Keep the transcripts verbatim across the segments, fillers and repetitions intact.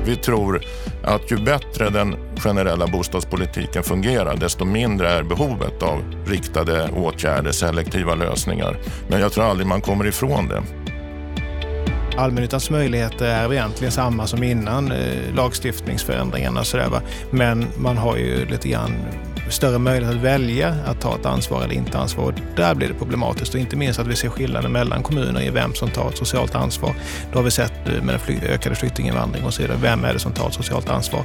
Vi tror att ju bättre den generella bostadspolitiken fungerar, desto mindre är behovet av riktade åtgärder, selektiva lösningar. Men jag tror aldrig man kommer ifrån det. Allmännyttans möjligheter är egentligen samma som innan eh, lagstiftningsförändringarna. Så där, va? Men man har ju lite grann större möjlighet att välja att ta ett ansvar eller inte ansvar. Där blir det problematiskt, och inte minst att vi ser skillnader mellan kommuner i vem som tar ett socialt ansvar. Då har vi sett med den fly- ökade flyktinginvandring och så vidare, vem är det som tar ett socialt ansvar.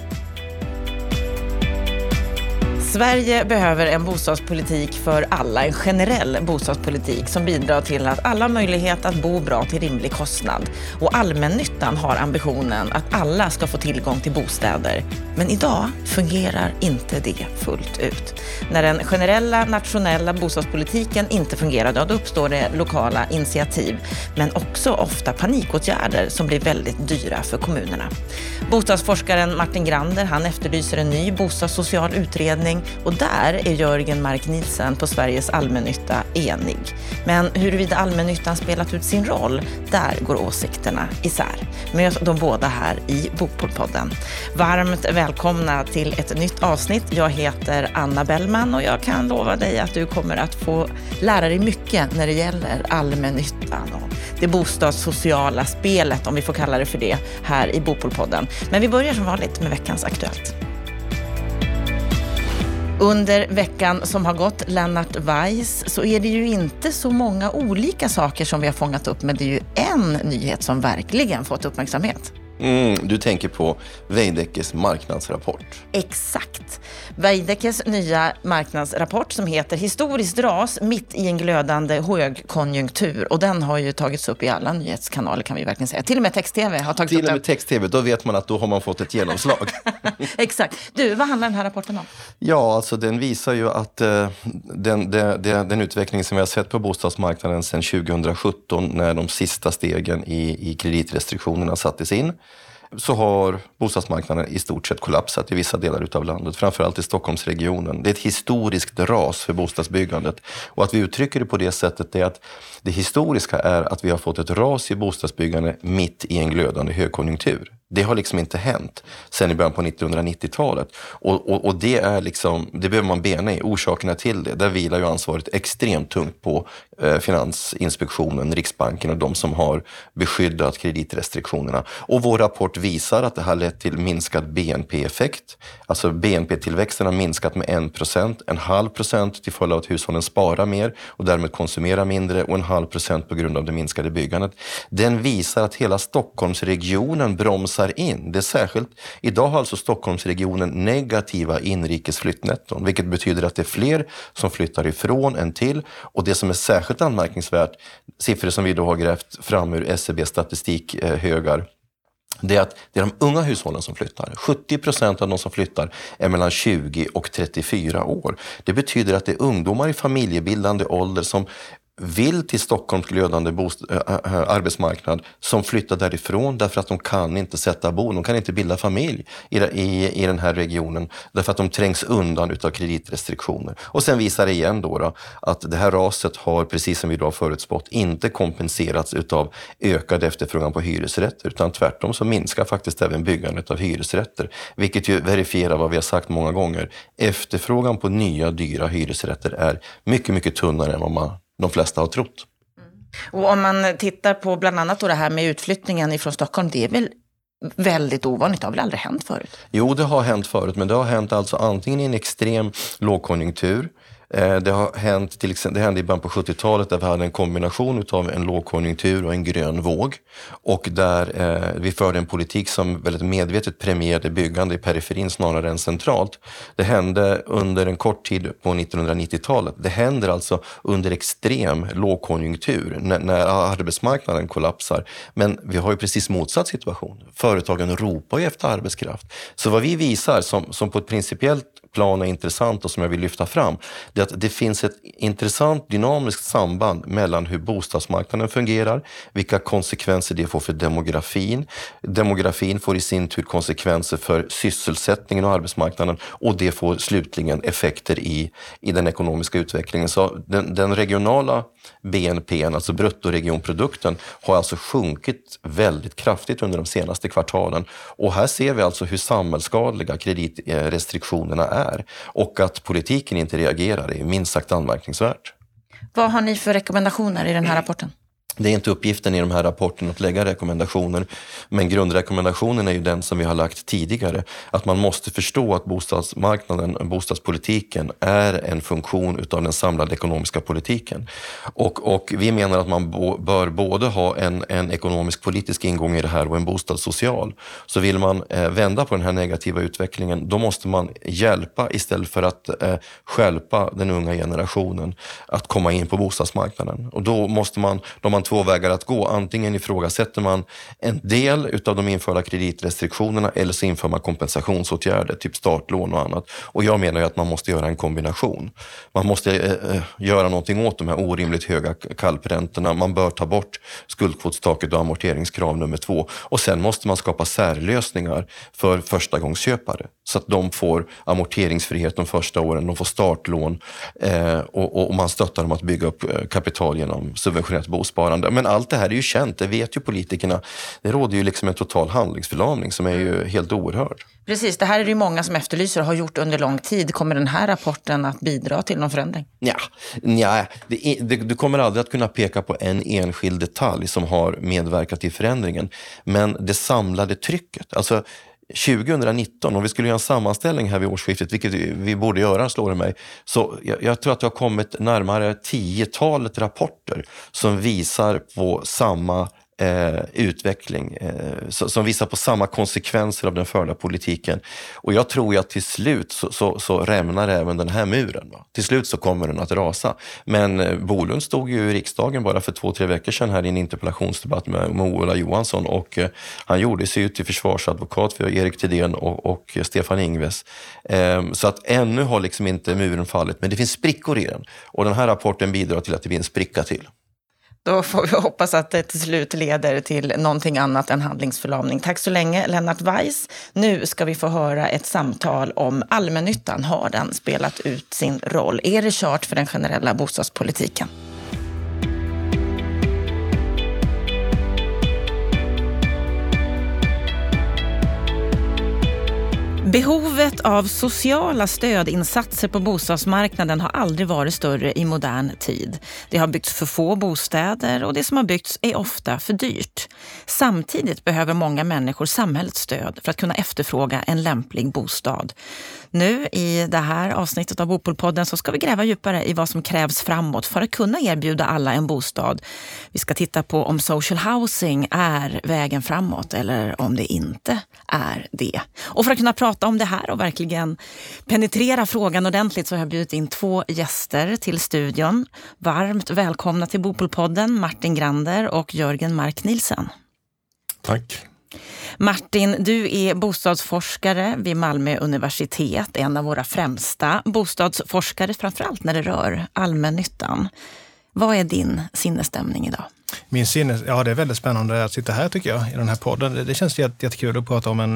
Sverige behöver en bostadspolitik för alla, en generell bostadspolitik som bidrar till att alla har möjlighet att bo bra till rimlig kostnad. Och allmännyttan har ambitionen att alla ska få tillgång till bostäder. Men idag fungerar inte det fullt ut. När den generella nationella bostadspolitiken inte fungerar, då uppstår det lokala initiativ. Men också ofta panikåtgärder som blir väldigt dyra för kommunerna. Bostadsforskaren Martin Grander, han efterlyser en ny bostadssocial utredning. Och där är Jörgen Mark Nielsen på Sveriges allmännytta enig. Men huruvida allmännyttan spelat ut sin roll, där går åsikterna isär. Möt de båda här i Bopolpodden. Varmt välkomna till ett nytt avsnitt. Jag heter Anna Bellman och jag kan lova dig att du kommer att få lära dig mycket när det gäller allmännyttan och det bostadssociala spelet, om vi får kalla det för det, här i Bopolpodden. Men vi börjar som vanligt med veckans Aktuellt. Under veckan som har gått, Lennart Weiss, så är det ju inte så många olika saker som vi har fångat upp, men det är ju en nyhet som verkligen fått uppmärksamhet. Mm, du tänker på Veidekkes marknadsrapport. Exakt. Veidekkes nya marknadsrapport som heter Historiskt ras mitt i en glödande högkonjunktur. Och den har ju tagits upp i alla nyhetskanaler, kan vi verkligen säga. Till och med text-tv har tagits Till upp. Till och med text-tv, då vet man att då har man fått ett genomslag. Exakt. Du, vad handlar den här rapporten om? Ja, alltså den visar ju att eh, den, den, den, den utveckling som vi har sett på bostadsmarknaden sedan tjugohundrasjutton, när de sista stegen i, i kreditrestriktionerna sattes in, så har bostadsmarknaden i stort sett kollapsat i vissa delar utav landet, framförallt i Stockholmsregionen. Det är ett historiskt ras för bostadsbyggandet, och att vi uttrycker det på det sättet är att det historiska är att vi har fått ett ras i bostadsbyggande mitt i en glödande högkonjunktur. Det har liksom inte hänt sen i början på nittonhundranittiotalet. Och, och, och det är liksom, det behöver man bena i, orsakerna till det. Där vilar ju ansvaret extremt tungt på eh, Finansinspektionen, Riksbanken och de som har beskyddat kreditrestriktionerna. Och vår rapport visar att det har lett till minskad B N P-effekt. Alltså B N P-tillväxten har minskat med en procent, en halv procent till följd av att hushållen sparar mer och därmed konsumerar mindre, och en halv procent på grund av det minskade byggandet. Den visar att hela Stockholmsregionen bromsar in. Det är särskilt, idag har alltså Stockholmsregionen negativa inrikesflyttnetton, vilket betyder att det är fler som flyttar ifrån än till, och det som är särskilt anmärkningsvärt, siffror som vi då har grävt fram ur S C B-statistikhögar, det är att det är de unga hushållen som flyttar. sjuttio procent av de som flyttar är mellan tjugo och trettiofyra år. Det betyder att det är ungdomar i familjebildande ålder som vill till Stockholms glödande bost- äh, äh, arbetsmarknad som flyttar därifrån därför att de kan inte sätta bo, de kan inte bilda familj i, i, i den här regionen därför att de trängs undan utav kreditrestriktioner. Och sen visar det igen då, då att det här raset har, precis som vi då har förutspått, inte kompenserats utav ökad efterfrågan på hyresrätter, utan tvärtom så minskar faktiskt även byggandet av hyresrätter, vilket ju verifierar vad vi har sagt många gånger. Efterfrågan på nya dyra hyresrätter är mycket, mycket tunnare än vad man de flesta har trott. Och om man tittar på bland annat då det här med utflyttningen ifrån Stockholm, det är väl väldigt ovanligt, det har väl aldrig hänt förut? Jo, det har hänt förut, men det har hänt alltså antingen i en extrem lågkonjunktur. Det har hänt, till exempel, det hände i början på sjuttiotalet där vi hade en kombination av en lågkonjunktur och en grön våg, och där eh, vi förde en politik som väldigt medvetet premierade byggande i periferin snarare än centralt. Det hände under en kort tid på nittonhundranittiotalet. Det händer alltså under extrem lågkonjunktur när, när arbetsmarknaden kollapsar. Men vi har ju precis motsatt situation. Företagen ropar ju efter arbetskraft. Så vad vi visar som, som på ett principiellt plan är intressant och som jag vill lyfta fram, det är att det finns ett intressant dynamiskt samband mellan hur bostadsmarknaden fungerar, vilka konsekvenser det får för demografin. Demografin får i sin tur konsekvenser för sysselsättningen och arbetsmarknaden, och det får slutligen effekter i, i den ekonomiska utvecklingen. Så den, den regionala B N P, alltså bruttoregionprodukten, har alltså sjunkit väldigt kraftigt under de senaste kvartalen. Och här ser vi alltså hur samhällsskadliga kreditrestriktionerna är, och att politiken inte reagerar är minst sagt anmärkningsvärt. Vad har ni för rekommendationer i den här rapporten? Det är inte uppgiften i de här rapporterna att lägga rekommendationer, men grundrekommendationen är ju den som vi har lagt tidigare, att man måste förstå att bostadsmarknaden, bostadspolitiken är en funktion utav den samlade ekonomiska politiken. Och, och vi menar att man bo, bör både ha en, en ekonomisk politisk ingång i det här och en bostadssocial. Så vill man eh, vända på den här negativa utvecklingen, då måste man hjälpa istället för att eh, stjälpa den unga generationen att komma in på bostadsmarknaden. Och då måste man, då man två vägar att gå. Antingen ifrågasätter man en del utav de införda kreditrestriktionerna, eller så inför man kompensationsåtgärder, typ startlån och annat. Och jag menar ju att man måste göra en kombination. Man måste eh, göra någonting åt de här orimligt höga kalpräntorna. Man bör ta bort skuldkvotstaket och amorteringskrav nummer två. Och sen måste man skapa särlösningar för förstagångsköpare, så att de får amorteringsfrihet de första åren, de får startlån eh, och, och man stöttar dem att bygga upp kapital genom subventionerat bosparande. Men allt det här är ju känt, det vet ju politikerna. Det råder ju liksom en total handlingsförlamning som är ju helt oerhörd. Precis, det här är det ju många som efterlyser och har gjort under lång tid. Kommer den här rapporten att bidra till någon förändring? Ja, ja det, det, du kommer aldrig att kunna peka på en enskild detalj som har medverkat till förändringen. Men det samlade trycket, alltså tjugonitton, om vi skulle göra en sammanställning här vid årsskiftet, vilket vi borde göra, slår det mig, så jag, jag tror att det har kommit närmare tiotalet rapporter som visar på samma Eh, utveckling eh, som visar på samma konsekvenser av den förda politiken. Och jag tror ju att till slut så, så, så rämnar även den här muren. Va? Till slut så kommer den att rasa. Men eh, Bolund stod ju i riksdagen bara för två, tre veckor sedan här i en interpellationsdebatt med, med Ola Johansson, och eh, han gjorde sig ut till försvarsadvokat för Erik Thedéen och, och Stefan Ingves. Eh, så att ännu har liksom inte muren fallit, men det finns sprickor i den. Och den här rapporten bidrar till att det blir en spricka till. Då får vi hoppas att det till slut leder till någonting annat än handlingsförlamning. Tack så länge, Lennart Weiss. Nu ska vi få höra ett samtal om allmännyttan. Har den spelat ut sin roll? Är det kört för den generella bostadspolitiken? Behovet av sociala stödinsatser på bostadsmarknaden har aldrig varit större i modern tid. Det har byggts för få bostäder och det som har byggts är ofta för dyrt. Samtidigt behöver många människor samhällets stöd för att kunna efterfråga en lämplig bostad. Nu i det här avsnittet av Bopolpodden så ska vi gräva djupare i vad som krävs framåt för att kunna erbjuda alla en bostad. Vi ska titta på om social housing är vägen framåt eller om det inte är det. Och för att kunna prata om det här och verkligen penetrera frågan ordentligt så har jag bjudit in två gäster till studion. Varmt välkomna till Bopolpodden, Martin Grander och Jörgen Mark Nielsen. Tack. Martin, du är bostadsforskare vid Malmö universitet, en av våra främsta bostadsforskare, framförallt när det rör allmännyttan. Vad är din sinnesstämning idag? Min sinnes, ja, det är väldigt spännande att sitta här tycker jag i den här podden. Det känns jättekul att prata om en,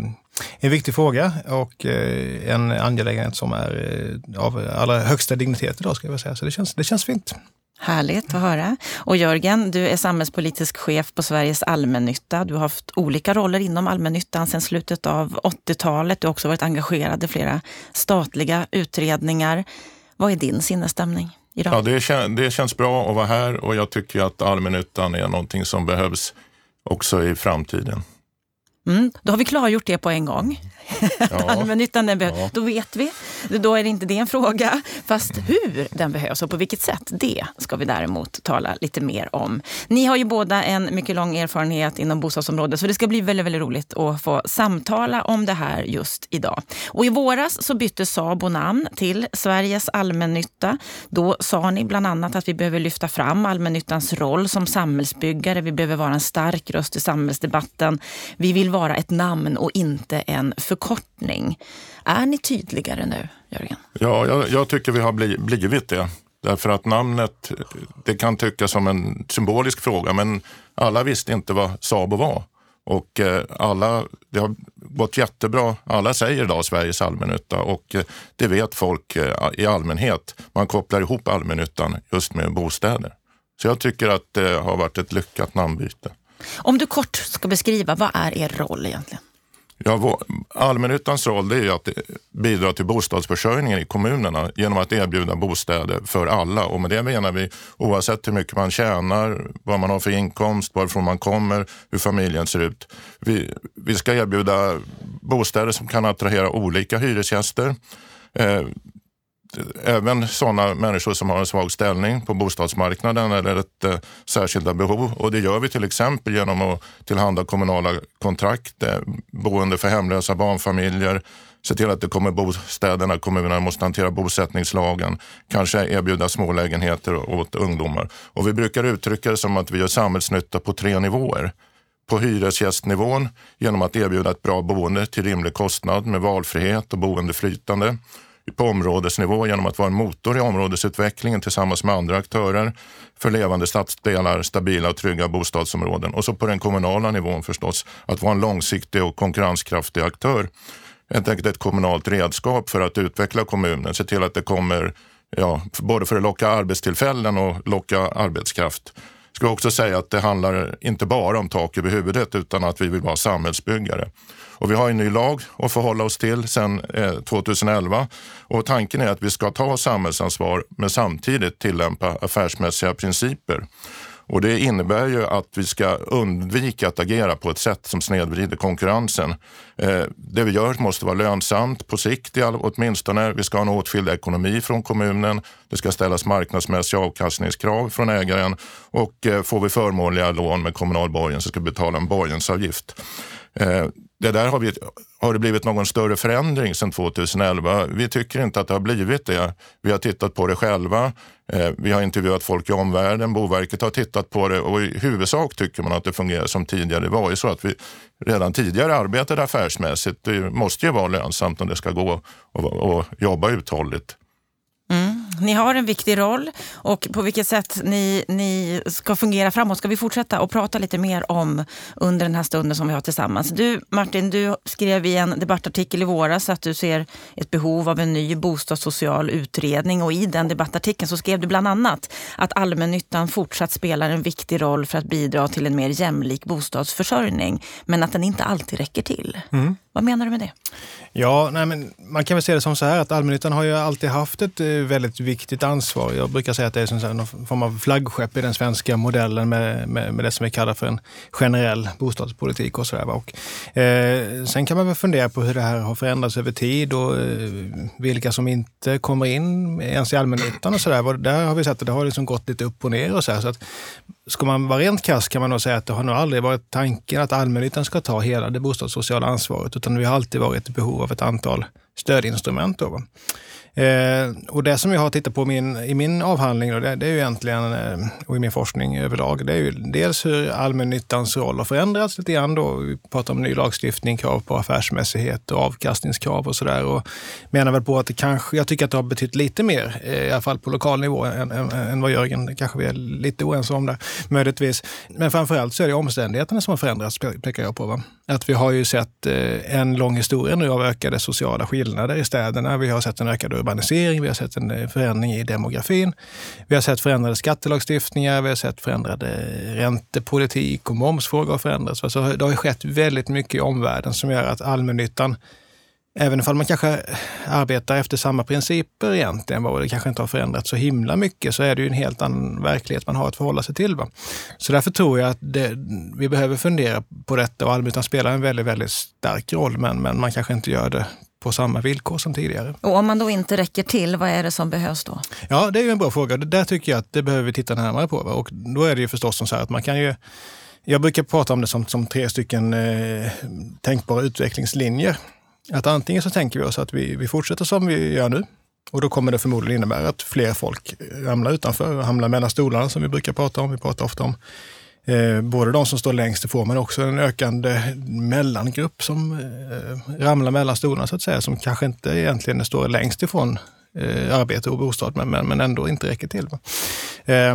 en viktig fråga och en angelägenhet som är av allra högsta dignitet idag, ska jag säga. Så det känns, det känns fint. Härligt att höra. Och Jörgen, du är samhällspolitisk chef på Sveriges allmännytta. Du har haft olika roller inom allmännyttan sedan slutet av åttiotalet. Du har också varit engagerad i flera statliga utredningar. Vad är din sinnesstämning idag? Ja, det, kän- det känns bra att vara här och jag tycker att allmännyttan är någonting som behövs också i framtiden. Mm, då har vi klargjort det på en gång. Ja. Allmännyttan, den behövs. Ja. Då vet vi. Då är det inte det en fråga. Fast hur den behövs och på vilket sätt, det ska vi däremot tala lite mer om. Ni har ju båda en mycket lång erfarenhet inom bostadsområdet så det ska bli väldigt, väldigt roligt att få samtala om det här just idag. Och i våras så bytte SABO namn till Sveriges allmännytta. Då sa ni bland annat att vi behöver lyfta fram allmännyttans roll som samhällsbyggare. Vi behöver vara en stark röst i samhällsdebatten. Vi vill vara vara ett namn och inte en förkortning. Är ni tydligare nu, Jörgen? Ja, jag, jag tycker vi har bli, blivit det. Därför att namnet, det kan tyckas som en symbolisk fråga, men alla visste inte vad Sabo var. Och alla, det har gått jättebra. Alla säger idag Sveriges allmännytta, och det vet folk i allmänhet. Man kopplar ihop allmännyttan just med bostäder. Så jag tycker att det har varit ett lyckat namnbyte. Om du kort ska beskriva, vad är er roll egentligen? Ja, allmännyttans roll, det är ju att bidra till bostadsförsörjningen i kommunerna genom att erbjuda bostäder för alla. Och med det menar vi, oavsett hur mycket man tjänar, vad man har för inkomst, varifrån man kommer, hur familjen ser ut. Vi, vi ska erbjuda bostäder som kan attrahera olika hyresgäster. Eh, Även sådana människor som har en svag ställning på bostadsmarknaden eller ett eh, särskilda behov. Och det gör vi till exempel genom att tillhandla kommunala kontrakt, eh, boende för hemlösa barnfamiljer, se till att det kommer bostäderna, kommunerna måste hantera bosättningslagen, kanske erbjuda smålägenheter åt ungdomar. Och vi brukar uttrycka det som att vi gör samhällsnytta på tre nivåer. På hyresgästnivån genom att erbjuda ett bra boende till rimlig kostnad med valfrihet och boendeflytande. På områdesnivå genom att vara en motor i områdesutvecklingen tillsammans med andra aktörer för levande stadsdelar, stabila och trygga bostadsområden. Och så på den kommunala nivån förstås att vara en långsiktig och konkurrenskraftig aktör. Helt enkelt ett kommunalt redskap för att utveckla kommunen, se till att det kommer, ja, både för att locka arbetstillfällen och locka arbetskraft. Jag skulle också säga att det handlar inte bara om tak över huvudet utan att vi vill vara samhällsbyggare. Och vi har en ny lag att förhålla oss till sedan eh, tjugoelva, och tanken är att vi ska ta samhällsansvar men samtidigt tillämpa affärsmässiga principer. Och det innebär ju att vi ska undvika att agera på ett sätt som snedvrider konkurrensen. Eh, det vi gör måste vara lönsamt på sikt i all, åtminstone. Vi ska ha en åtskild ekonomi från kommunen. Det ska ställas marknadsmässiga avkastningskrav från ägaren. Och eh, får vi förmånliga lån med kommunal borgen så ska vi betala en borgensavgift. Eh, det där har, vi, har det blivit någon större förändring sedan tjugoelva. Vi tycker inte att det har blivit det. Vi har tittat på det själva. Eh, vi har intervjuat folk i omvärlden. Boverket har tittat på det och i huvudsak tycker man att det fungerar som tidigare. Det var ju så att vi redan tidigare arbetade affärsmässigt. Det måste ju vara lönsamt om det ska gå och, och jobba uthålligt. Mm. Ni har en viktig roll, och på vilket sätt ni, ni ska fungera framåt ska vi fortsätta och prata lite mer om under den här stunden som vi har tillsammans. Du, Martin, du skrev i en debattartikel i våras att du ser ett behov av en ny bostadssocial utredning, och i den debattartikeln så skrev du bland annat att allmännyttan fortsatt spelar en viktig roll för att bidra till en mer jämlik bostadsförsörjning, men att den inte alltid räcker till. Mm. Vad menar du med det? Ja, nej, men man kan väl se det som så här att allmännyttan har ju alltid haft ett väldigt viktigt ansvar. Jag brukar säga att det är som någon form av flaggskepp i den svenska modellen med, med, med det som vi kallar för en generell bostadspolitik och sådär. Och, eh, sen kan man väl fundera på hur det här har förändrats över tid och eh, vilka som inte kommer in ens i allmännyttan och sådär. Där har vi sett att det har liksom gått lite upp och ner och så här. Så att, ska man vara rent kass kan man nog säga att det har nog aldrig varit tanken att allmännyttan ska ta hela det bostadssociala ansvaret, utan vi har alltid varit i behov av ett antal stödinstrument. Då. Eh, och det som jag har tittat på min, i min avhandling, då, det, det är ju egentligen, eh, och i min forskning överlag, det är ju dels hur allmännyttans roll har förändrats lite grann. Då. Vi pratar om ny lagstiftning, krav på affärsmässighet och avkastningskrav och sådär. Och menar väl på att det kanske, jag tycker att det har betytt lite mer, eh, i alla fall på lokal nivå, än, än, än vad Jörgen kanske vi är lite oense om där, möjligtvis. Men framförallt så är det omständigheterna som har förändrats, pekar jag på. Va? Att vi har ju sett eh, en lång historia nu av ökade sociala skillnader i städerna. Vi har sett en ökad urbanisering, vi har sett en förändring i demografin. Vi har sett förändrade skattelagstiftningar, vi har sett förändrade räntepolitik och momsfrågor har förändrats. Så det har skett väldigt mycket i omvärlden som gör att allmännyttan, även om man kanske arbetar efter samma principer egentligen, och det kanske inte har förändrats så himla mycket, så är det ju en helt annan verklighet man har att förhålla sig till. Va? Så därför tror jag att det, vi behöver fundera på detta, och allmännyttan spelar en väldigt, väldigt stark roll, men, men man kanske inte gör det på samma villkor som tidigare. Och om man då inte räcker till, vad är det som behövs då? Ja, det är ju en bra fråga. Det där tycker jag att det behöver vi titta närmare på. Va? Och då är det ju förstås som så här att man kan ju, jag brukar prata om det som, som tre stycken eh, tänkbara utvecklingslinjer. Att antingen så tänker vi oss att vi, vi fortsätter som vi gör nu, och då kommer det förmodligen innebära att fler folk ramlar utanför och hamnar mellan stolarna, som vi brukar prata om. Vi pratar ofta om eh, både de som står längst ifrån men också en ökande mellangrupp som eh, ramlar mellan stolarna så att säga, som kanske inte egentligen står längst ifrån eh, arbete och bostad men, men, men ändå inte räcker till. Eh,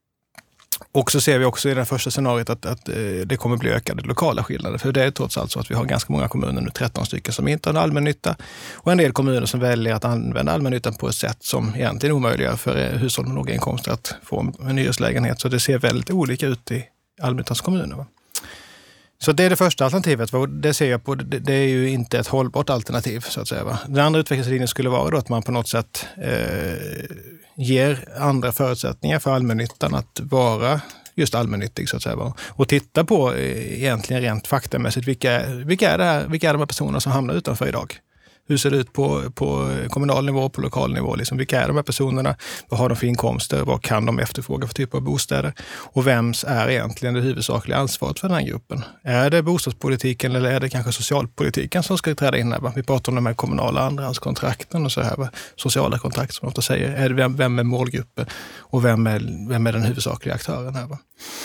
Och så ser vi också i det första scenariot att, att det kommer bli ökade lokala skillnader. För det är trots allt så att vi har ganska många kommuner, nu tretton stycken, som inte har allmännytta. Och en del kommuner som väljer att använda allmännyttan på ett sätt som egentligen omöjliggör för hushåll med låga inkomster att få en hyreslägenhet. Så det ser väldigt olika ut i allmännyttans kommuner. Va? Så det är det första alternativet. Det ser jag på, det är ju inte ett hållbart alternativ så att säga. Va? Den andra utvecklingslinjen skulle vara då att man på något sätt eh, ger andra förutsättningar för allmännyttan att vara just allmännyttig så att säga. Va? Och titta på eh, egentligen rent faktamässigt vilka, vilka, är det här, vilka är de här personerna som hamnar utanför idag? Hur ser det ut på, på kommunal nivå, på lokal nivå? Liksom, vilka är de här personerna? Vad har de för inkomster? Vad kan de efterfråga för typ av bostäder? Och vems är egentligen det huvudsakliga ansvaret för den här gruppen? Är det bostadspolitiken eller är det kanske socialpolitiken som ska träda in här? Va? Vi pratar om de här kommunala andrahandskontrakten och så här. Va? Sociala kontrakt som man ofta säger. Är det vem, vem är målgruppen och vem är, vem är den huvudsakliga aktören här? Va?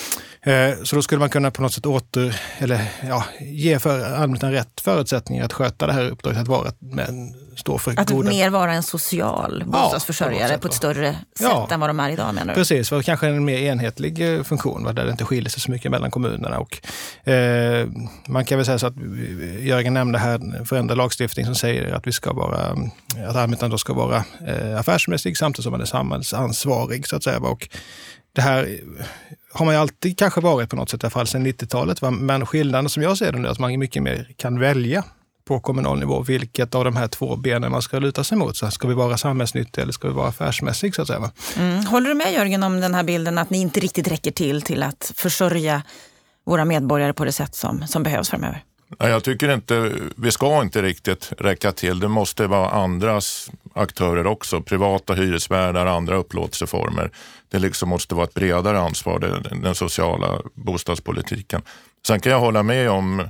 Så då skulle man kunna på något sätt åter, eller ja, ge för allmänheten rätt förutsättningar att sköta det här uppdraget, att vara men stå för att goda... mer vara en social bostadsförsörjare ja, på, sätt, på ett större ja, sätt än vad de är idag, menar du? Precis, för kanske en mer enhetlig funktion va, där det inte skiljer sig så mycket mellan kommunerna. Och, eh, man kan väl säga så att Jörgen nämnde här förändrad lagstiftning som säger att vi ska vara, att allmänheten då ska vara eh, affärsmässig samtidigt som man är samhällsansvarig så att säga. Och det här har man ju alltid kanske varit på något sätt i alla fall sedan nittiotalet. Va? Men skillnaden som jag ser det nu är att man mycket mer kan välja på kommunal nivå vilket av de här två benen man ska luta sig mot. Så ska vi vara samhällsnyttiga eller ska vi vara affärsmässig så att säga. Va? Mm. Håller du med Jörgen om den här bilden att ni inte riktigt räcker till till att försörja våra medborgare på det sätt som, som behövs framöver? Jag tycker inte, vi ska inte riktigt räcka till. Det måste vara andras aktörer också, privata hyresvärdar, andra upplåtelseformer. Det liksom måste vara ett bredare ansvar, den sociala bostadspolitiken. Sen kan jag hålla med om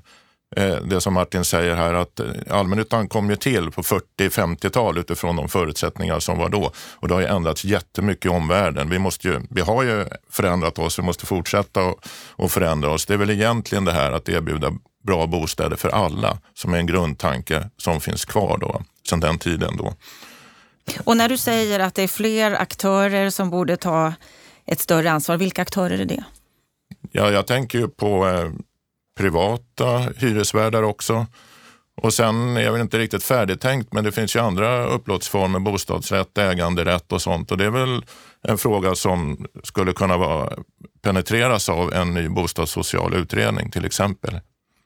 det som Martin säger här, att allmännyttan kom ju till på fyrtio-femtiotal utifrån de förutsättningar som var då. Och det har ju ändrats jättemycket i omvärlden. Vi, måste ju, vi har ju förändrat oss, vi måste fortsätta att förändra oss. Det är väl egentligen det här att erbjuda bra bostäder för alla som är en grundtanke som finns kvar då, sedan den tiden då. Och när du säger att det är fler aktörer som borde ta ett större ansvar, vilka aktörer är det? Ja, jag tänker ju på eh, privata hyresvärdar också. Och sen är jag inte riktigt färdigtänkt, men det finns ju andra upplåtsformer, bostadsrätt, äganderätt och sånt. Och det är väl en fråga som skulle kunna vara, penetreras av en ny bostadssocial utredning till exempel.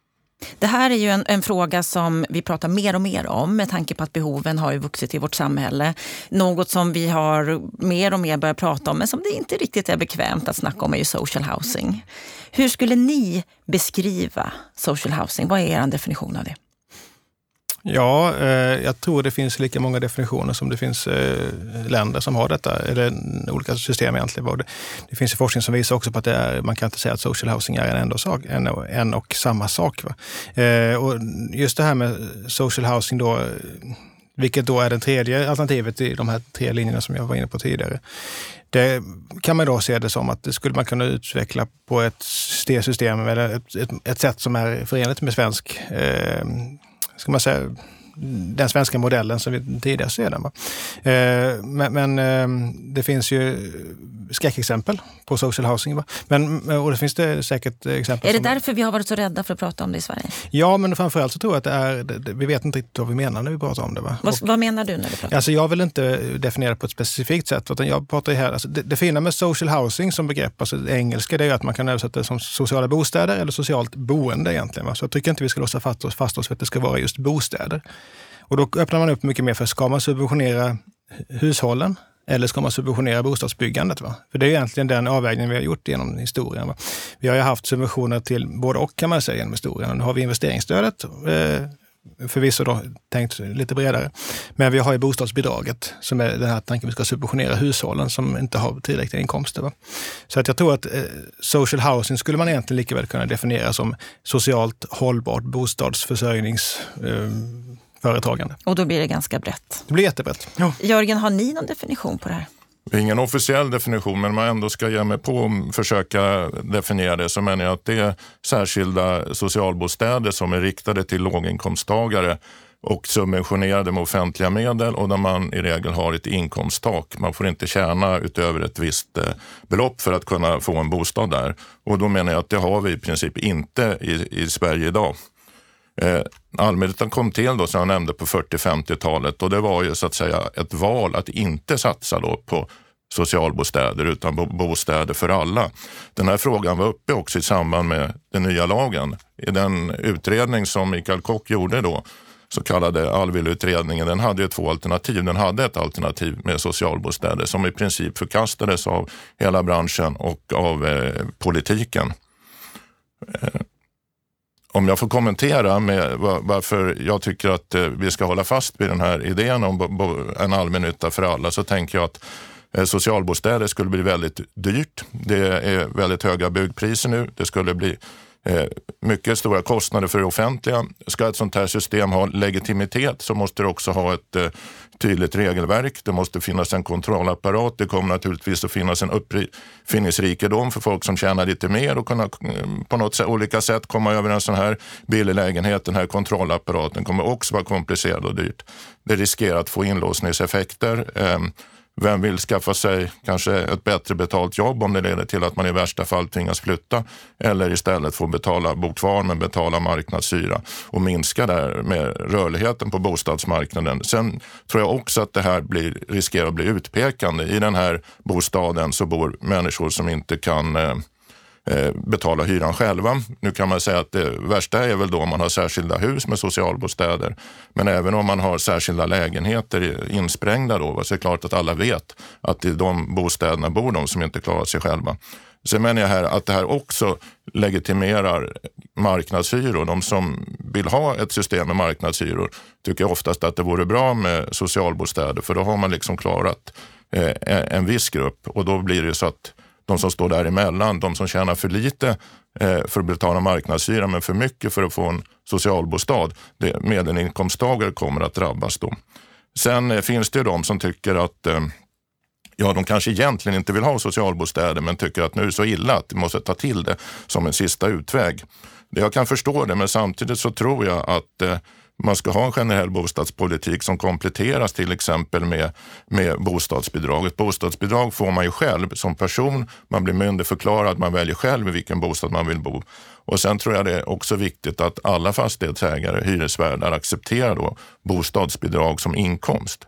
Det här är ju en, en fråga som vi pratar mer och mer om med tanke på att behoven har ju vuxit i vårt samhälle. Något som vi har mer och mer börjat prata om men som det inte riktigt är bekvämt att snacka om är ju social housing. Hur skulle ni beskriva social housing? Vad är er definition av det? Ja, eh, jag tror det finns lika många definitioner som det finns eh, länder som har detta, eller olika system egentligen. Det, det finns ju forskning som visar också på att det är, man kan inte säga att social housing är en, ändå sak, en, en och samma sak. Va? Eh, och just det här med social housing då, vilket då är det tredje alternativet i de här tre linjerna som jag var inne på tidigare. Det kan man då se det som att det skulle man kunna utveckla på ett styrsystem eller ett, ett, ett sätt som är förenligt med svensk eh, ska man säga, den svenska modellen som vi tidigare ser den. Va? Eh, men men eh, det finns ju skräckexempel på social housing. Va? Men, och det finns det säkert exempel. Är det som, därför vi har varit så rädda för att prata om det i Sverige? Ja, men framförallt så tror jag att det är, det, vi vet inte riktigt vad vi menar när vi pratar om det. Va? Vad, och, vad menar du när du pratar? Alltså jag vill inte definiera på ett specifikt sätt, utan jag pratar ju här, alltså det, det fina med social housing som begrepp, alltså det engelska, det är att man kan översätta det som sociala bostäder eller socialt boende egentligen. Va? Så jag tycker inte vi ska låsa fast oss, fast oss för att det ska vara just bostäder. Och då öppnar man upp mycket mer för, ska man subventionera hushållen eller ska man subventionera bostadsbyggandet? Va? För det är egentligen den avvägningen vi har gjort genom historien. Va? Vi har ju haft subventioner till både och kan man säga genom historien. Nu har vi investeringsstödet, eh, förvisso då tänkt lite bredare. Men vi har ju bostadsbidraget som är den här tanken vi ska subventionera hushållen som inte har tillräckliga inkomster. Va? Så att jag tror att eh, social housing skulle man egentligen lika väl kunna definiera som socialt hållbart bostadsförsörjnings eh, företagande. Och då blir det ganska brett. Det blir jättebrett. Ja. Jörgen, har ni någon definition på det här? Det är ingen officiell definition, men man ändå ska ge mig på att försöka definiera det, så menar jag att det är särskilda socialbostäder som är riktade till låginkomsttagare och subventionerade med offentliga medel, och där man i regel har ett inkomsttak. Man får inte tjäna utöver ett visst belopp för att kunna få en bostad där. Och då menar jag att det har vi i princip inte i, i Sverige idag. Eh, allmännyttan kom till då, som jag nämnde, på fyrtio-femtiotalet, och det var ju så att säga ett val att inte satsa då på socialbostäder utan bo- bostäder för alla. Den här frågan var uppe också i samband med den nya lagen. I den utredning som Mikael Kock gjorde då, så kallade Allvill-utredningen, den hade ju två alternativ. Den hade ett alternativ med socialbostäder som i princip förkastades av hela branschen och av eh, politiken. Eh, Om jag får kommentera med varför jag tycker att vi ska hålla fast vid den här idén om en allmännytta för alla, så tänker jag att socialbostäder skulle bli väldigt dyrt. Det är väldigt höga byggpriser nu. Det skulle bli mycket stora kostnader för det offentliga. Ska ett sånt här system ha legitimitet så måste det också ha ett tydligt regelverk. Det måste finnas en kontrollapparat. Det kommer naturligtvis att finnas en uppfinningsrikedom för folk som tjänar lite mer och kunna på något sätt, olika sätt komma över en sån här billig lägenhet. Den här kontrollapparaten kommer också vara komplicerad och dyrt. Det riskerar att få inlåsningseffekter. Vem vill skaffa sig kanske ett bättre betalt jobb om det leder till att man i värsta fall tvingas flytta, eller istället få betala, bo kvar men betala marknadshyra och minska där med rörligheten på bostadsmarknaden. Sen tror jag också att det här blir, riskerar att bli utpekande. I den här bostaden så bor människor som inte kan eh, betala hyran själva. Nu kan man säga att det värsta är väl då om man har särskilda hus med socialbostäder. Men även om man har särskilda lägenheter insprängda då, så är det klart att alla vet att i de bostäderna bor de som inte klarar sig själva. Sen menar jag här att det här också legitimerar marknadshyror. De som vill ha ett system med marknadshyror tycker oftast att det vore bra med socialbostäder, för då har man liksom klarat en viss grupp, och då blir det så att de som står däremellan, de som tjänar för lite eh, för att betala marknadshyra men för mycket för att få en socialbostad, det, medelinkomsttagare kommer att drabbas då. Sen eh, finns det ju de som tycker att eh, ja, de kanske egentligen inte vill ha socialbostäder men tycker att nu är det så illa att de måste ta till det som en sista utväg. Jag kan förstå det, men samtidigt så tror jag att eh, man ska ha en generell bostadspolitik som kompletteras till exempel med, med bostadsbidrag. Ett bostadsbidrag får man ju själv som person. Man blir myndigförklarad, man väljer själv i vilken bostad man vill bo. Och sen tror jag det är också viktigt att alla fastighetsägare, hyresvärdar, accepterar då bostadsbidrag som inkomst.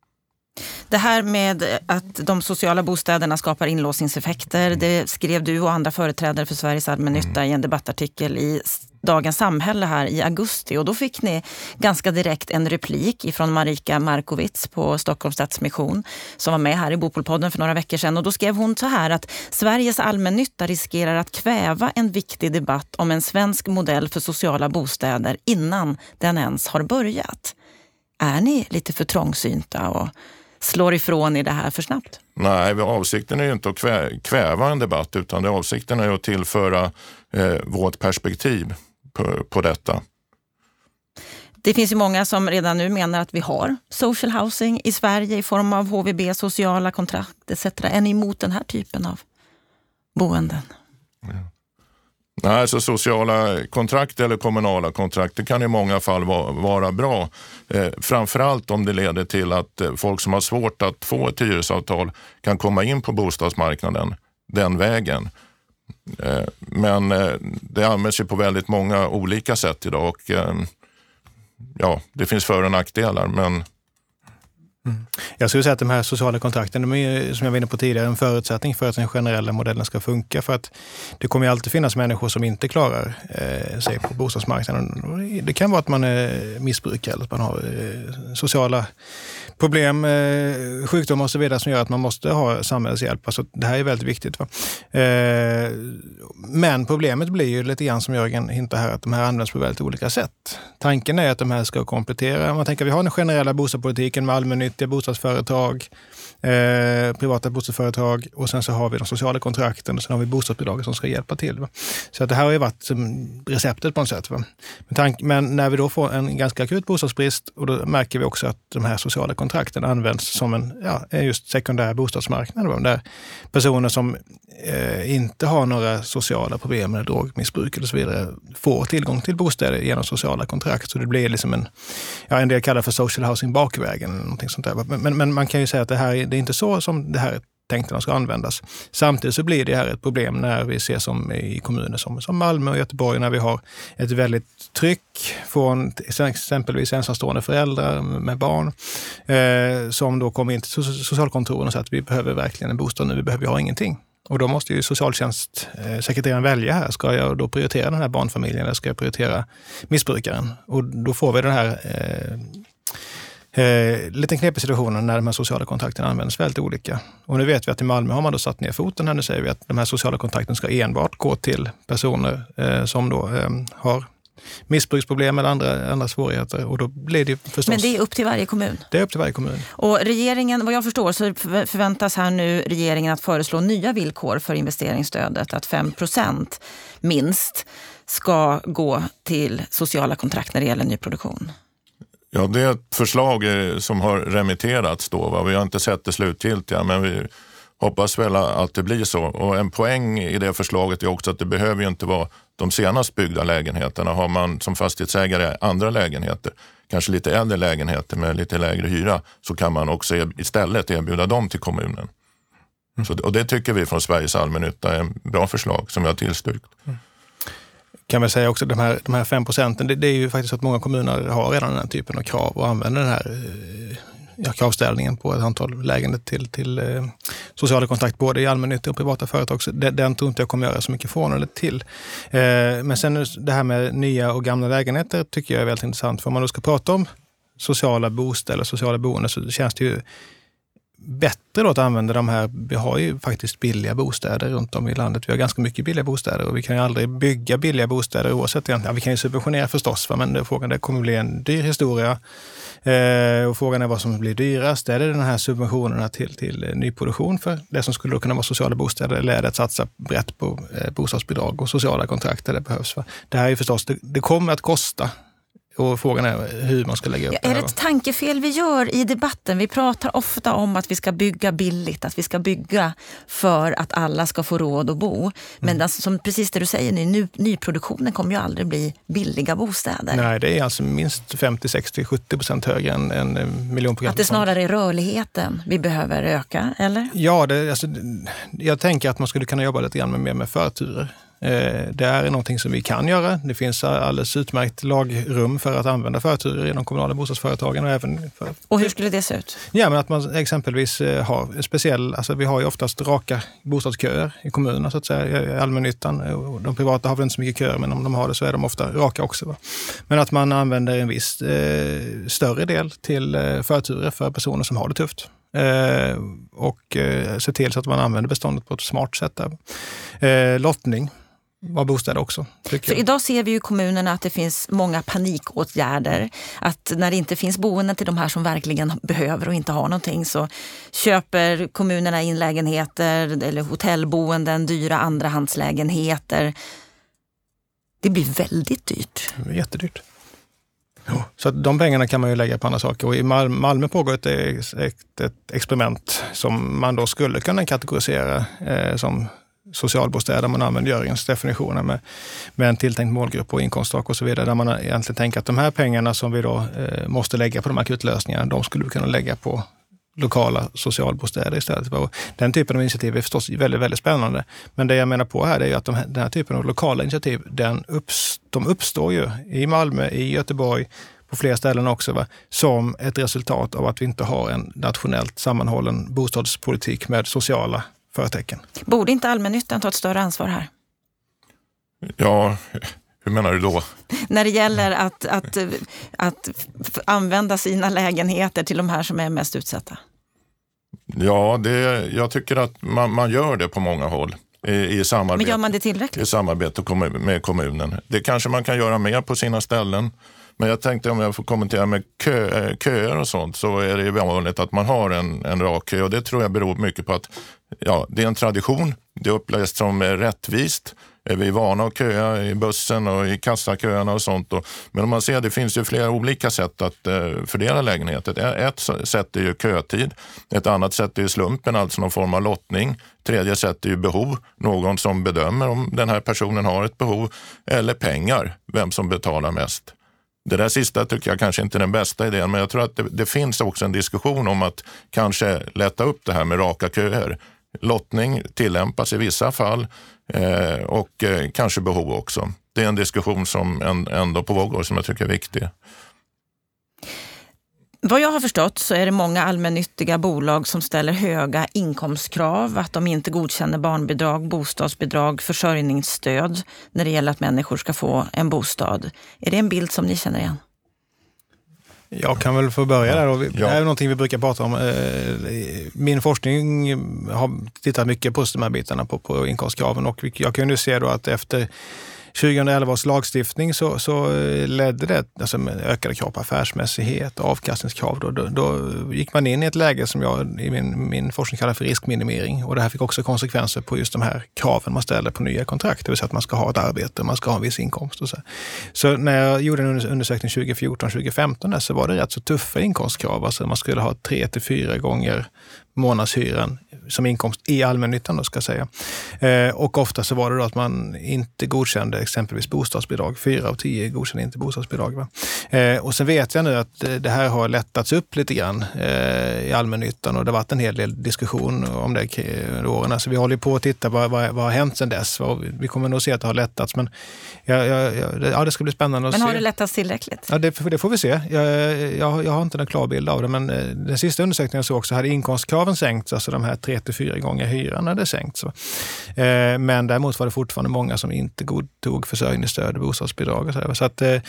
Det här med att de sociala bostäderna skapar inlåsningseffekter, det skrev du och andra företrädare för Sveriges allmännytta i en debattartikel i Dagens Samhälle här i augusti. Och då fick ni ganska direkt en replik ifrån Marika Markowitz på Stockholms Stadsmission som var med här i Bopolpodden för några veckor sedan. Och då skrev hon så här att Sveriges allmännytta riskerar att kväva en viktig debatt om en svensk modell för sociala bostäder innan den ens har börjat. Är ni lite för trångsynta och slår ifrån i det här för snabbt? Nej, avsikten är ju inte att kvä, kväva en debatt, utan det avsikten är att tillföra eh, vårt perspektiv på, på detta. Det finns ju många som redan nu menar att vi har social housing i Sverige i form av H V B, sociala kontrakt et cetera. Är ni emot den här typen av boenden? Ja. Nej, alltså sociala kontrakt eller kommunala kontrakt, det kan i många fall vara, vara bra. Eh, framförallt om det leder till att eh, folk som har svårt att få ett hyresavtal kan komma in på bostadsmarknaden den vägen. Eh, men eh, det används ju på väldigt många olika sätt idag och eh, ja, det finns för- och nackdelar, men Mm. Jag skulle säga att de här sociala kontrakten, de är, som jag var inne på tidigare, en förutsättning för att den generella modellen ska funka. För att det kommer ju alltid finnas människor som inte klarar eh, sig på bostadsmarknaden. Det kan vara att man är missbrukare eller att man har eh, sociala problem, eh, sjukdomar och så vidare som gör att man måste ha samhällshjälp. Alltså, det här är väldigt viktigt. Va? Eh, men problemet blir ju lite grann som Jörgen hintar här, att de här används på väldigt olika sätt. Tanken är att de här ska komplettera. Man tänker att vi har den generella bostadspolitiken med allmännytt allmännyttiga bostadsföretag, eh, privata bostadsföretag och sen så har vi de sociala kontrakten och sen har vi bostadsbidraget som ska hjälpa till. Va? Så att det här har ju varit som receptet på något sätt. Va? Men, tank, men när vi då får en ganska akut bostadsbrist och då märker vi också att de här sociala kontrakten används som en ja, just sekundär bostadsmarknad. Va? Där personer som eh, inte har några sociala problem med drogmissbruk eller så vidare får tillgång till bostäder genom sociala kontrakt. Så det blir liksom en, ja, en del kallar för social housing bakvägen. Någonting sånt där. Men, men, men man kan ju säga att det här det är inte så som det här är tänkt att ska användas. Samtidigt så blir det här ett problem när vi ser som i kommuner som, som Malmö och Göteborg när vi har ett väldigt tryck från exempelvis ensamstående föräldrar med barn eh, som då kommer in till socialkontoren och säger att vi behöver verkligen en bostad nu, vi behöver ha ingenting. Och då måste ju socialtjänstsekreteraren välja här. Ska jag då prioritera den här barnfamiljen eller ska jag prioritera missbrukaren? Och då får vi den här eh, Eh, liten knepig situationen när de här sociala kontrakten används väldigt olika. Och nu vet vi att i Malmö har man då satt ner foten här. Nu säger vi att de här sociala kontrakten ska enbart gå till personer eh, som då eh, har missbruksproblem eller andra, andra svårigheter. Och då blir det förstås... Men det är upp till varje kommun? Det är upp till varje kommun. Och regeringen, vad jag förstår så förväntas här nu regeringen att föreslå nya villkor för investeringsstödet. Att fem procent minst ska gå till sociala kontrakt när det gäller nyproduktion. Ja, det är ett förslag som har remitterats då. Va? Vi har inte sett det slutgiltiga, men vi hoppas väl att det blir så. Och en poäng i det förslaget är också att det behöver ju inte vara de senast byggda lägenheterna. Har man som fastighetsägare andra lägenheter, kanske lite äldre lägenheter med lite lägre hyra, så kan man också istället erbjuda dem till kommunen. Mm. Så, och det tycker vi från Sveriges allmännytta är en bra förslag som vi har tillstyrkt. Mm. Kan man säga också att de här, de här fem procenten, det, det är ju faktiskt att många kommuner har redan den här typen av krav och använder den här ja, kravställningen på ett antal lägenheter till, till eh, sociala kontrakt både i allmännyttiga och privata företag. Så den, den tror inte jag kommer göra så mycket från eller till. Eh, men sen det här med nya och gamla lägenheter tycker jag är väldigt intressant. För om man då ska prata om sociala bostäder, sociala boenden så känns det ju bättre då att använda de här. Vi har ju faktiskt billiga bostäder runt om i landet. Vi har ganska mycket billiga bostäder och vi kan ju aldrig bygga billiga bostäder oavsett. Ja, vi kan ju subventionera förstås, men det, frågan det kommer bli en dyr historia. Eh, och frågan är vad som blir dyrast. Är det den här subventionerna till, till nyproduktion för det som skulle då kunna vara sociala bostäder eller är det att satsa brett på eh, bostadsbidrag och sociala kontrakt där det behövs? Va? Det här är ju förstås, det, det kommer att kosta. Och frågan är hur man ska lägga upp ja, det här. Är det ett tankefel vi gör i debatten? Vi pratar ofta om att vi ska bygga billigt, att vi ska bygga för att alla ska få råd att bo. Men mm. alltså, som precis det du säger, ny, nyproduktionen kommer ju aldrig bli billiga bostäder. Nej, det är alltså minst femtio, sextio, sjuttio procent högre än, än miljonprogram. Att det snarare är rörligheten vi behöver öka, eller? Ja, det, alltså, jag tänker att man skulle kunna jobba lite grann med, mer med förturer. Det är någonting som vi kan göra. Det finns alldeles utmärkt lagrum för att använda förturer i de kommunala bostadsföretagen. Och, även för... och hur skulle det se ut? Ja, men att man exempelvis har speciell, alltså vi har ju oftast raka bostadsköer i kommunerna så att säga, i allmännyttan. De privata har väl inte så mycket köer, men om de har det så är de ofta raka också. Va? Men att man använder en viss eh, större del till eh, förturer för personer som har det tufft. Eh, och eh, se till så att man använder beståndet på ett smart sätt där. Eh, lottning var bostäder också. För idag ser vi ju i kommunerna att det finns många panikåtgärder. Att när det inte finns boenden till de här som verkligen behöver och inte har någonting så köper kommunerna in lägenheter eller hotellboenden, dyra andrahandslägenheter. Det blir väldigt dyrt. Det blir jättedyrt. Ja, så att de pengarna kan man ju lägga på andra saker. Och i Mal- Malmö pågår ett, ett, ett experiment som man då skulle kunna kategorisera eh, som socialbostäder. Man använder Jörgens definitioner med, med en tilltänkt målgrupp och inkomsttak och så vidare. Där man egentligen tänker att de här pengarna som vi då eh, måste lägga på de akutlösningarna, de skulle vi kunna lägga på lokala socialbostäder istället. Den typen av initiativ är förstås väldigt, väldigt spännande. Men det jag menar på här är ju att de här, den här typen av lokala initiativ, den upps, de uppstår ju i Malmö, i Göteborg, på flera ställen också, va? Som ett resultat av att vi inte har en nationellt sammanhållen bostadspolitik med sociala förtecken. Borde inte allmännyttan ta ett större ansvar här? Ja, hur menar du då? När det gäller att, att, att använda sina lägenheter till de här som är mest utsatta? Ja, det, jag tycker att man, man gör det på många håll. I, i samarbete, Men gör man det tillräckligt? I samarbete med kommunen. Det kanske man kan göra mer på sina ställen. Men jag tänkte om jag får kommentera med kö, köer och sånt, så är det ju vanligt att man har en, en rak kö, och det tror jag beror mycket på att ja, det är en tradition, det upplevs som rättvist. Vi är vana att köa i bussen och i kassaköerna och sånt. Men om man ser, det finns ju flera olika sätt att fördela lägenheter. Ett sätt är ju kötid, ett annat sätt är ju slumpen, alltså någon form av lottning. Tredje sätt är ju behov, någon som bedömer om den här personen har ett behov, eller pengar, vem som betalar mest. Det där sista tycker jag kanske inte är den bästa idén, men jag tror att det, det finns också en diskussion om att kanske lätta upp det här med raka köer. Lottning tillämpas i vissa fall eh, och eh, kanske behov också. Det är en diskussion som en, ändå pågår som jag tycker är viktig. Vad jag har förstått så är det många allmännyttiga bolag som ställer höga inkomstkrav, att de inte godkänner barnbidrag, bostadsbidrag, försörjningsstöd när det gäller att människor ska få en bostad. Är det en bild som ni känner igen? Jag kan väl få börja där. Och vi, Ja. Det här är någonting vi brukar prata om. Min forskning har tittat mycket på de här bitarna på, på inkomstkraven, och jag kan ju se då att efter tjugoelva års lagstiftning så, så ledde det alltså med ökade krav på affärsmässighet och avkastningskrav. Då, då, då gick man in i ett läge som jag i min, min forskning kallar för riskminimering, och det här fick också konsekvenser på just de här kraven man ställer på nya kontrakt, det vill säga att man ska ha ett arbete, man ska ha en viss inkomst och så. Så när jag gjorde en undersökning tjugo fjorton tjugo femton så var det rätt så tuffa inkomstkrav, alltså man skulle ha tre till fyra gånger månadshyran som inkomst i allmännyttan då, ska jag säga. Eh, och ofta så var det då att man inte godkände exempelvis bostadsbidrag. Fyra av tio godkände inte bostadsbidrag. Va? Eh, och sen vet jag nu att det här har lättats upp lite grann eh, i allmännyttan, och det har varit en hel del diskussion om det under åren. Alltså vi håller på att titta på vad, vad, vad har hänt sedan dess. Och vi kommer nog se att det har lättats, men ja, ja, ja, det, ja, det ska bli spännande att men se. har det lättats tillräckligt? Ja, det, det får vi se. Jag, jag, jag har inte en klar bild av det, men den sista undersökningen så också hade inkomstkraven sänkts, alltså de här tre till fyra gånger hyran hade sänkts. Eh, men däremot var det fortfarande många som inte godtog försörjningsstöd och bostadsbidrag och så där. Så att eh,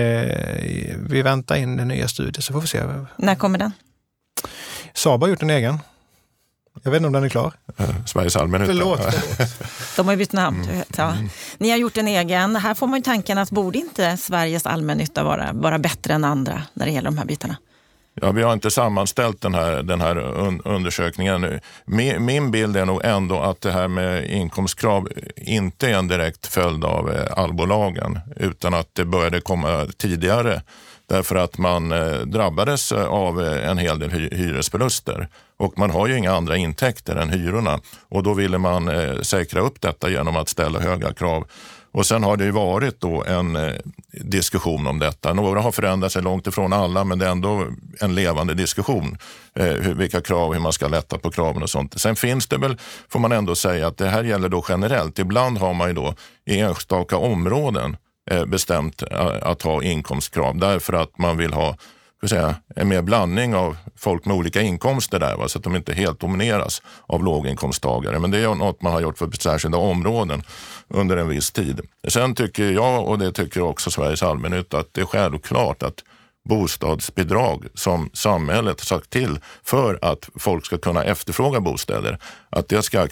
vi väntar in den nya studien, så får vi se. När kommer den? Saba har gjort en egen. Jag vet inte om den är klar. Sveriges allmännytta. Förlåt, förlåt. De har ju bytt namn. Mm. Ja. Ni har gjort en egen. Här får man ju tanken att borde inte Sveriges allmännytta vara, vara bättre än andra när det gäller de här bitarna? Ja, vi har inte sammanställt den här, den här undersökningen nu. Min, min bild är nog ändå att det här med inkomstkrav inte är en direkt följd av allbolagen, utan att det började komma tidigare. Därför att man eh, drabbades av en hel del hy- hyresförluster. Och man har ju inga andra intäkter än hyrorna. Och då ville man eh, säkra upp detta genom att ställa höga krav. Och sen har det ju varit då en eh, diskussion om detta. Några har förändrat sig, långt ifrån alla, men det är ändå en levande diskussion. Eh, hur, vilka krav, hur man ska lätta på kraven och sånt. Sen finns det väl, får man ändå säga, att det här gäller då generellt. Ibland har man ju då i enstaka områden bestämt att ha inkomstkrav därför att man vill ha, ska säga, en mer blandning av folk med olika inkomster där, va? Så att de inte helt domineras av låginkomsttagare. Men det är något man har gjort för särskilda områden under en viss tid. Sen tycker jag, och det tycker också Sveriges allmännytta, att det är självklart att bostadsbidrag som samhället har sagt till för att folk ska kunna efterfråga bostäder, att det ska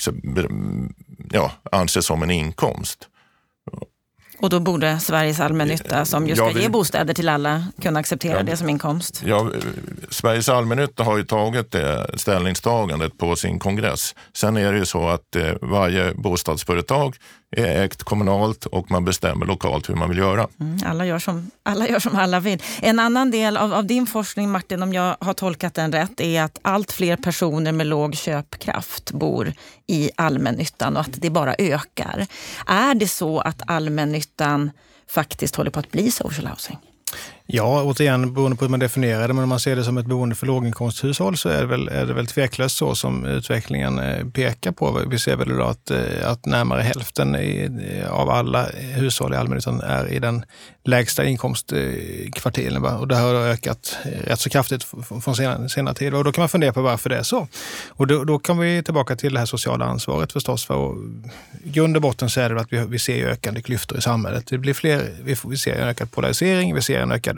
ja, anses som en inkomst. Och då borde Sveriges allmännytta, som just ska ja, vi, ge bostäder till alla, kunna acceptera ja, det som inkomst? Ja, Sveriges allmännytta har ju tagit det ställningstagandet på sin kongress. Sen är det ju så att eh, varje bostadsföretag är ägt kommunalt och man bestämmer lokalt hur man vill göra. Mm, alla, gör som, alla gör som alla vill. En annan del av, av din forskning, Martin, om jag har tolkat den rätt, är att allt fler personer med låg köpkraft bor i allmännyttan och att det bara ökar. Är det så att allmännyttan faktiskt håller på att bli social housing? Ja, återigen beroende på hur man definierar det, men om man ser det som ett boende för låginkomsthushåll så är det väl, är det väl tveklöst så som utvecklingen pekar på. Vi ser väl idag att, att närmare hälften i, av alla hushåll i allmännyttan är i den lägsta inkomstkvartilen, och det har ökat rätt så kraftigt från senare, senare tid, och då kan man fundera på varför det är så. Och då, då kan vi tillbaka till det här sociala ansvaret förstås, för i grund och botten så är det att vi, vi ser ökande klyftor i samhället. Det blir fler, vi, vi ser en ökad polarisering, vi ser en ökad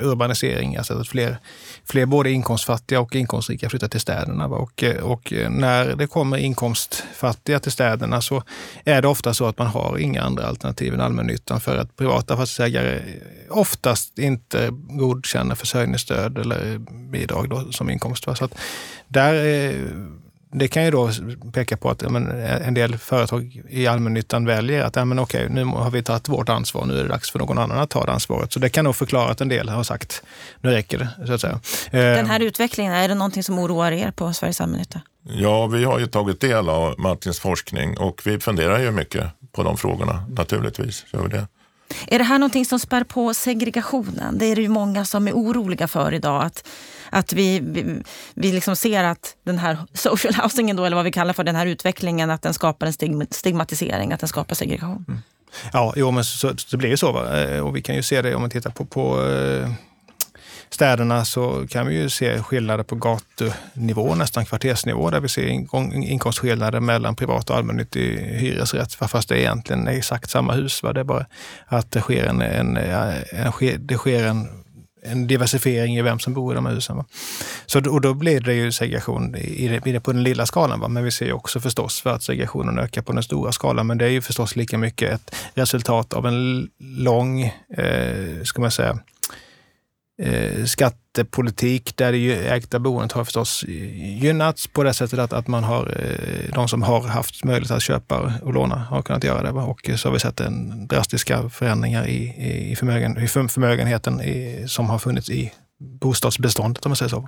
urbanisering, alltså att fler, fler både inkomstfattiga och inkomstrika flyttar till städerna. Och, och när det kommer inkomstfattiga till städerna så är det ofta så att man har inga andra alternativ än allmännyttan, för att privata fastighetsägare oftast inte godkänner försörjningsstöd eller bidrag då som inkomst. Så att där, det kan ju då peka på att ja, men, en del företag i allmännyttan väljer att ja, men, okej, nu har vi tagit vårt ansvar, nu är det dags för någon annan att ta det ansvaret. Så det kan nog förklara att en del har sagt, nu räcker det, så att säga. Den här utvecklingen, är det någonting som oroar er på Sveriges allmännytta? Ja, vi har ju tagit del av Martins forskning och vi funderar ju mycket på de frågorna, naturligtvis. Gör vi det. Är det här någonting som spär på segregationen? Det är det ju många som är oroliga för idag, att Att vi, vi, vi liksom ser att den här social housingen då, eller vad vi kallar för den här utvecklingen, att den skapar en stigma, stigmatisering, att den skapar segregation. Mm. Ja, jo, men så, så blir det så. Va? Och vi kan ju se det om man tittar på, på städerna, så kan vi ju se skillnader på gatunivå, nästan kvartersnivå, där vi ser inkomstskillnader mellan privat och allmännyttig hyresrätt, fast det är egentligen exakt samma hus. Va? Det är bara att det sker en, en, en, det sker en en diversifiering i vem som bor i de här husen. Va? Så, och då blir det ju segregation i det, på den lilla skalan. Va? Men vi ser ju också förstås för att segregationen ökar på den stora skalan. Men det är ju förstås lika mycket ett resultat av en lång, eh, ska man säga, eh, skattepolitik där det ju ägda boendet har förstås gynnats på det sättet att, att man har, eh, de som har haft möjlighet att köpa och låna har kunnat göra det. Va? Och så har vi sett en drastiska förändringar i, i, förmögen, i förmögenheten i, som har funnits i bostadsbeståndet, om man säger så.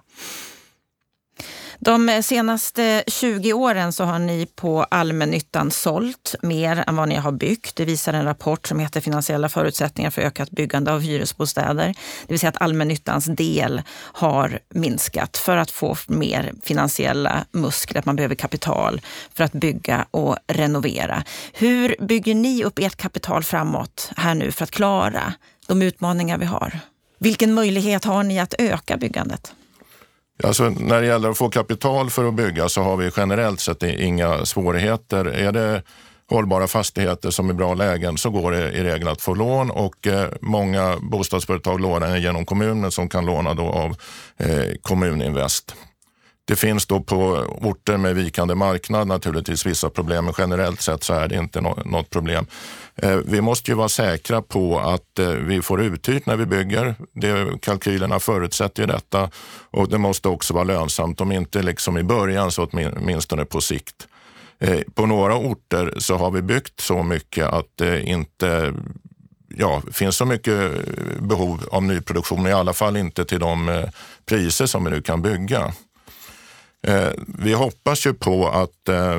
De senaste tjugo åren så har ni på allmännyttan sålt mer än vad ni har byggt. Det visar en rapport som heter Finansiella förutsättningar för ökat byggande av hyresbostäder. Det vill säga att allmännyttans del har minskat för att få mer finansiella muskler. Att man behöver kapital för att bygga och renovera. Hur bygger ni upp ert kapital framåt här nu för att klara de utmaningar vi har? Vilken möjlighet har ni att öka byggandet? Alltså, när det gäller att få kapital för att bygga så har vi generellt sett inga svårigheter. Är det hållbara fastigheter som är bra lägen så går det i regel att få lån, och eh, många bostadsföretag lånar genom kommunen som kan låna då av eh, Kommuninvest. Det finns då på orter med vikande marknad naturligtvis vissa problem, men generellt sett så är det inte no- något problem. Eh, vi måste ju vara säkra på att eh, vi får uthyrt när vi bygger. Det, kalkylerna förutsätter ju detta, och det måste också vara lönsamt, om inte liksom i början så åtminstone på sikt. Eh, på några orter så har vi byggt så mycket att det inte ja, finns så mycket behov av nyproduktion, i alla fall inte till de eh, priser som vi nu kan bygga. Eh, vi hoppas ju på att eh,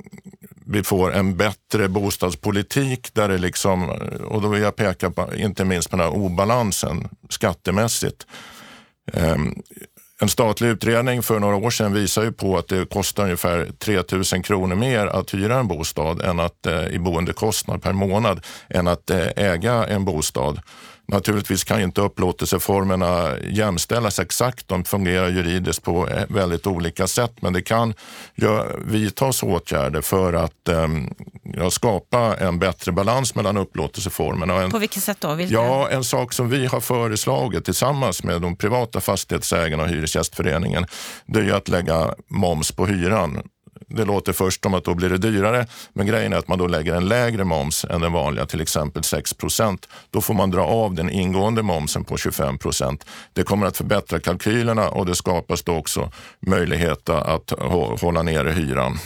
vi får en bättre bostadspolitik där det liksom, och då vill jag peka på inte minst på den här obalansen skattemässigt. Eh, en statlig utredning för några år sedan visar ju på att det kostar ungefär tre tusen kronor mer att hyra en bostad än att, eh, i boendekostnad per månad än att eh, äga en bostad. Naturligtvis kan inte upplåtelseformerna jämställas exakt, de fungerar juridiskt på väldigt olika sätt, men det kan ja, vidtas åtgärder för att um, ja, skapa en bättre balans mellan upplåtelseformerna. En, på vilket sätt då? Vilka? Ja, en sak som vi har föreslagit tillsammans med de privata fastighetsägarna och Hyresgästföreningen, det är ju att lägga moms på hyran. Det låter först som att då blir det dyrare, men grejen är att man då lägger en lägre moms än den vanliga, till exempel sex procent. Då får man dra av den ingående momsen på tjugofem procent. Det kommer att förbättra kalkylerna, och det skapas då också möjlighet att hålla nere hyran.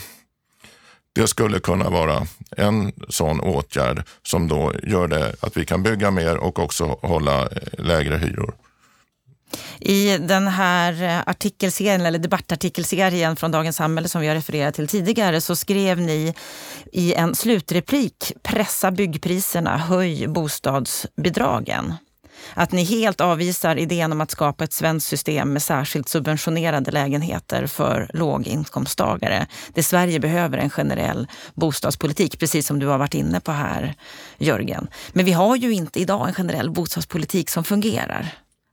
Det skulle kunna vara en sån åtgärd som då gör det att vi kan bygga mer och också hålla lägre hyror. I den här artikelserien eller debattartikelserien från Dagens Samhälle som vi har refererat till tidigare så skrev ni i en slutreplik: pressa byggpriserna, höj bostadsbidragen. Att ni helt avvisar idén om att skapa ett svenskt system med särskilt subventionerade lägenheter för låginkomsttagare. Det Sverige behöver en generell bostadspolitik, precis som du har varit inne på här, Jörgen. Men vi har ju inte idag en generell bostadspolitik som fungerar.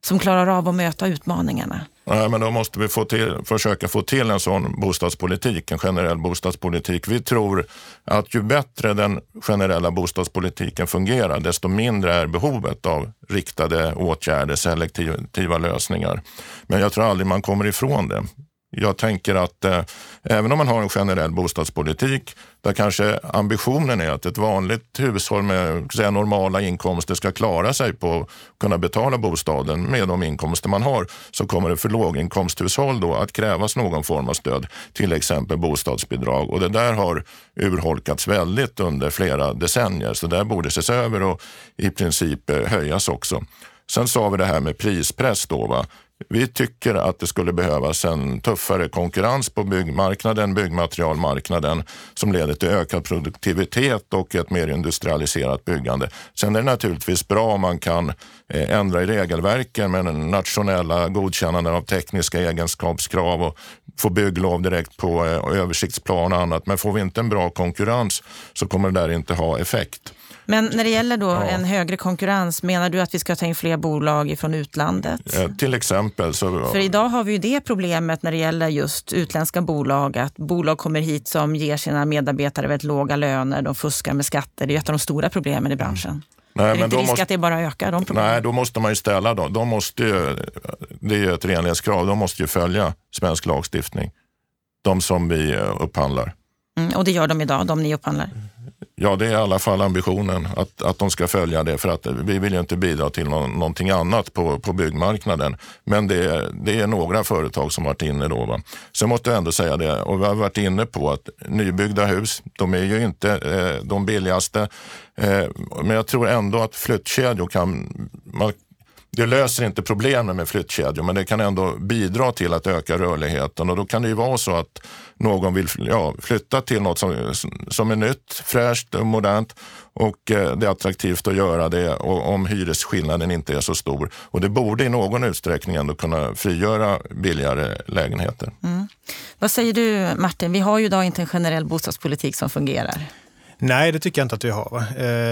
som klarar av att möta utmaningarna? Nej, men då måste vi få till, försöka få till en sån bostadspolitik, en generell bostadspolitik. Vi tror att ju bättre den generella bostadspolitiken fungerar, desto mindre är behovet av riktade åtgärder, selektiva lösningar. Men jag tror aldrig man kommer ifrån det. Jag tänker att eh, även om man har en generell bostadspolitik där kanske ambitionen är att ett vanligt hushåll med säga, normala inkomster ska klara sig på att kunna betala bostaden med de inkomster man har, så kommer det för låginkomsthushåll då att krävas någon form av stöd, till exempel bostadsbidrag. Och det där har urholkats väldigt under flera decennier, så där borde ses över och i princip eh, höjas också. Sen sa vi det här med prispress då, va? Vi tycker att det skulle behövas en tuffare konkurrens på byggmarknaden, byggmaterialmarknaden, som leder till ökad produktivitet och ett mer industrialiserat byggande. Sen är det naturligtvis bra om man kan ändra i regelverken med nationella godkännanden av tekniska egenskapskrav och få bygglov direkt på översiktsplan och annat. Men får vi inte en bra konkurrens så kommer det där inte ha effekt. Men när det gäller då ja. en högre konkurrens, menar du att vi ska ta in fler bolag från utlandet? Eh, till exempel. Så, För idag har vi ju det problemet när det gäller just utländska bolag, att bolag kommer hit som ger sina medarbetare väldigt låga löner, de fuskar med skatter. Det är ett av de stora problemen i branschen. Nej, är det men inte risk måste, att det bara ökar de problemen? Nej, då måste man ju ställa dem. De måste ju, det är ju ett renlighetskrav, de måste ju följa svensk lagstiftning. De som vi upphandlar. Mm, och det gör de idag, de ni upphandlar? Ja, det är i alla fall ambitionen att, att de ska följa det, för att vi vill ju inte bidra till någon, någonting annat på, på byggmarknaden. Men det är, det är några företag som varit inne då. Va? Så måste jag ändå säga det, och vi har varit inne på att nybyggda hus, de är ju inte eh, de billigaste. Eh, men jag tror ändå att flyttkedjor kan... Man, det löser inte problemen med flyttkedjor, men det kan ändå bidra till att öka rörligheten. Och då kan det ju vara så att någon vill ja, flytta till något som, som är nytt, fräscht och modernt, och eh, det är attraktivt att göra det, och om hyresskillnaden inte är så stor. Och det borde i någon utsträckning ändå kunna frigöra billigare lägenheter. Mm. Vad säger du, Martin? Vi har ju idag inte en generell bostadspolitik som fungerar. Nej, det tycker jag inte att vi har. Va?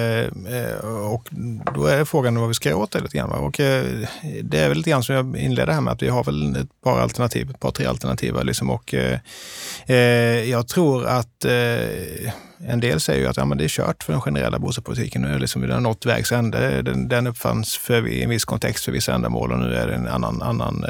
Eh, och då är frågan vad vi ska åt det lite grann. Va? Och eh, det är väl lite grann som jag inledde här med, att vi har väl ett par alternativ, ett par tre alternativ. Liksom. Och eh, jag tror att eh, en del säger ju att ja, men det är kört för den generella bostadspolitiken. Nu är det liksom den har nått vägs ände. Den, den uppfanns för i en viss kontext för vissa ändamål, och nu är det en annan, annan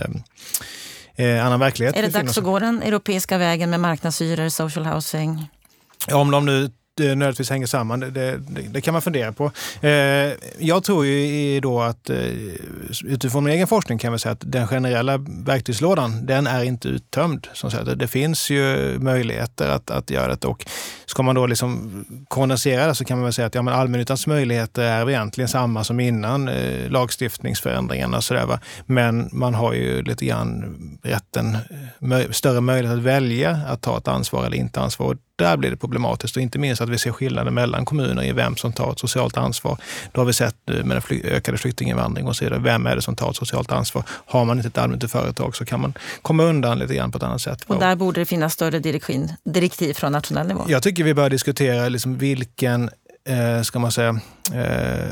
eh, annan verklighet. Är det dags att gå den europeiska vägen med marknadshyror, social housing? Ja, om de nu nödvändigtvis hänger samman, det, det, det kan man fundera på. Eh, jag tror ju då att eh, utifrån min egen forskning kan man säga att den generella verktygslådan, den är inte uttömd. Som sagt. Det finns ju möjligheter att, att göra det, och ska man då liksom kondensera det så kan man väl säga att ja, men allmännyttans möjligheter är egentligen samma som innan eh, lagstiftningsförändringarna och sådär, va? Men man har ju lite grann rätten, mö- större möjlighet att välja att ta ett ansvar eller inte ansvar. Där blir det problematiskt, och inte minst att vi ser skillnader mellan kommuner i vem som tar ett socialt ansvar. Då har vi sett med den fly- ökade flyktinginvandring och så vidare. Vem är det som tar ett socialt ansvar? Har man inte ett allmänt företag så kan man komma undan lite grann på ett annat sätt. Och där borde det finnas större direktiv, direktiv från nationell nivå. Jag tycker vi bör diskutera liksom vilken, eh, ska man säga, eh,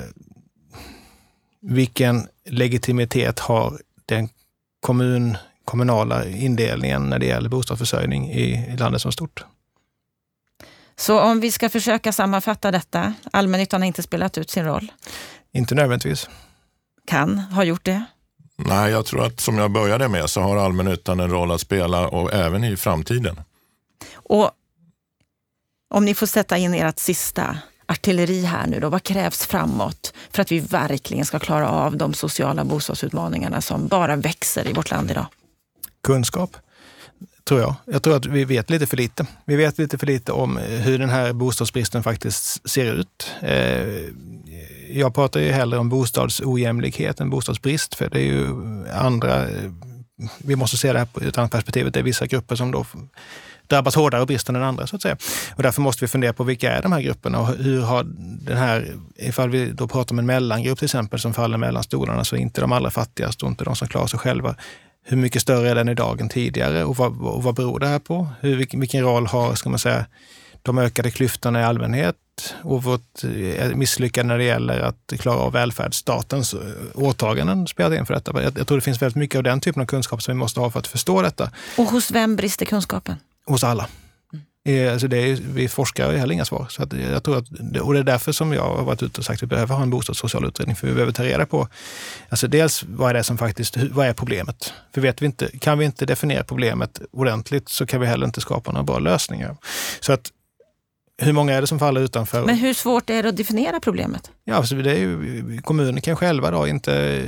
vilken legitimitet har den kommun, kommunala indelningen när det gäller bostadsförsörjning i, i landet som stort. Så om vi ska försöka sammanfatta detta, allmännyttan har inte spelat ut sin roll. Inte nödvändigtvis. Kan ha gjort det. Nej, jag tror att som jag började med så har allmännyttan en roll att spela, och även i framtiden. Och om ni får sätta in ert sista artilleri här nu då, vad krävs framåt för att vi verkligen ska klara av de sociala bostadsutmaningarna som bara växer i vårt land idag? Kunskap. Tror jag. Jag tror att vi vet lite för lite. Vi vet lite för lite om hur den här bostadsbristen faktiskt ser ut. Jag pratar ju hellre om bostadsojämlikhet än bostadsbrist, för det är ju andra, vi måste se det här ur ett annat perspektiv. Det är vissa grupper som då drabbas hårdare av bristen än andra, så att säga. Och därför måste vi fundera på vilka är de här grupperna, och hur har den här, ifall vi då pratar om en mellangrupp till exempel som faller mellan stolarna, så är inte de allra fattigaste och inte de som klarar sig själva. Hur mycket större är den idag än tidigare, och vad, och vad beror det här på? Hur, vilken roll har, ska man säga, de ökade klyftorna i allmänhet brist och vårt misslyckande när det gäller att klara av välfärdsstatens åtaganden spelat in för detta. Jag, jag tror det finns väldigt mycket av den typen av kunskap som vi måste ha för att förstå detta. Och hos vem brister kunskapen? Hos alla. Mm. Alltså det är, vi forskar ju heller inga svar. Så att jag tror att, och det är därför som jag har varit ute och sagt att vi behöver ha en bostadssocial utredning. För vi behöver ta reda på, alltså dels vad är det som faktiskt, vad är problemet? För vet vi inte, kan vi inte definiera problemet ordentligt så kan vi heller inte skapa några bra lösningar. Så att hur många är det som faller utanför? Men hur svårt är det att definiera problemet? Ja, alltså det är ju, kommunen kan själva då inte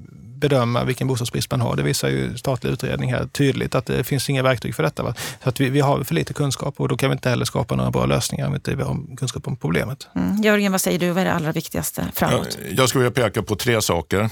bedöma vilken bostadsbrist man har. Det visar ju statlig utredning här tydligt att det finns inga verktyg för detta. Va? Så att vi, vi har för lite kunskap och då kan vi inte heller skapa några bra lösningar om vi inte har kunskap om problemet. Mm. Jörgen, vad säger du? Vad är det allra viktigaste framåt? Jag skulle vilja peka på tre saker.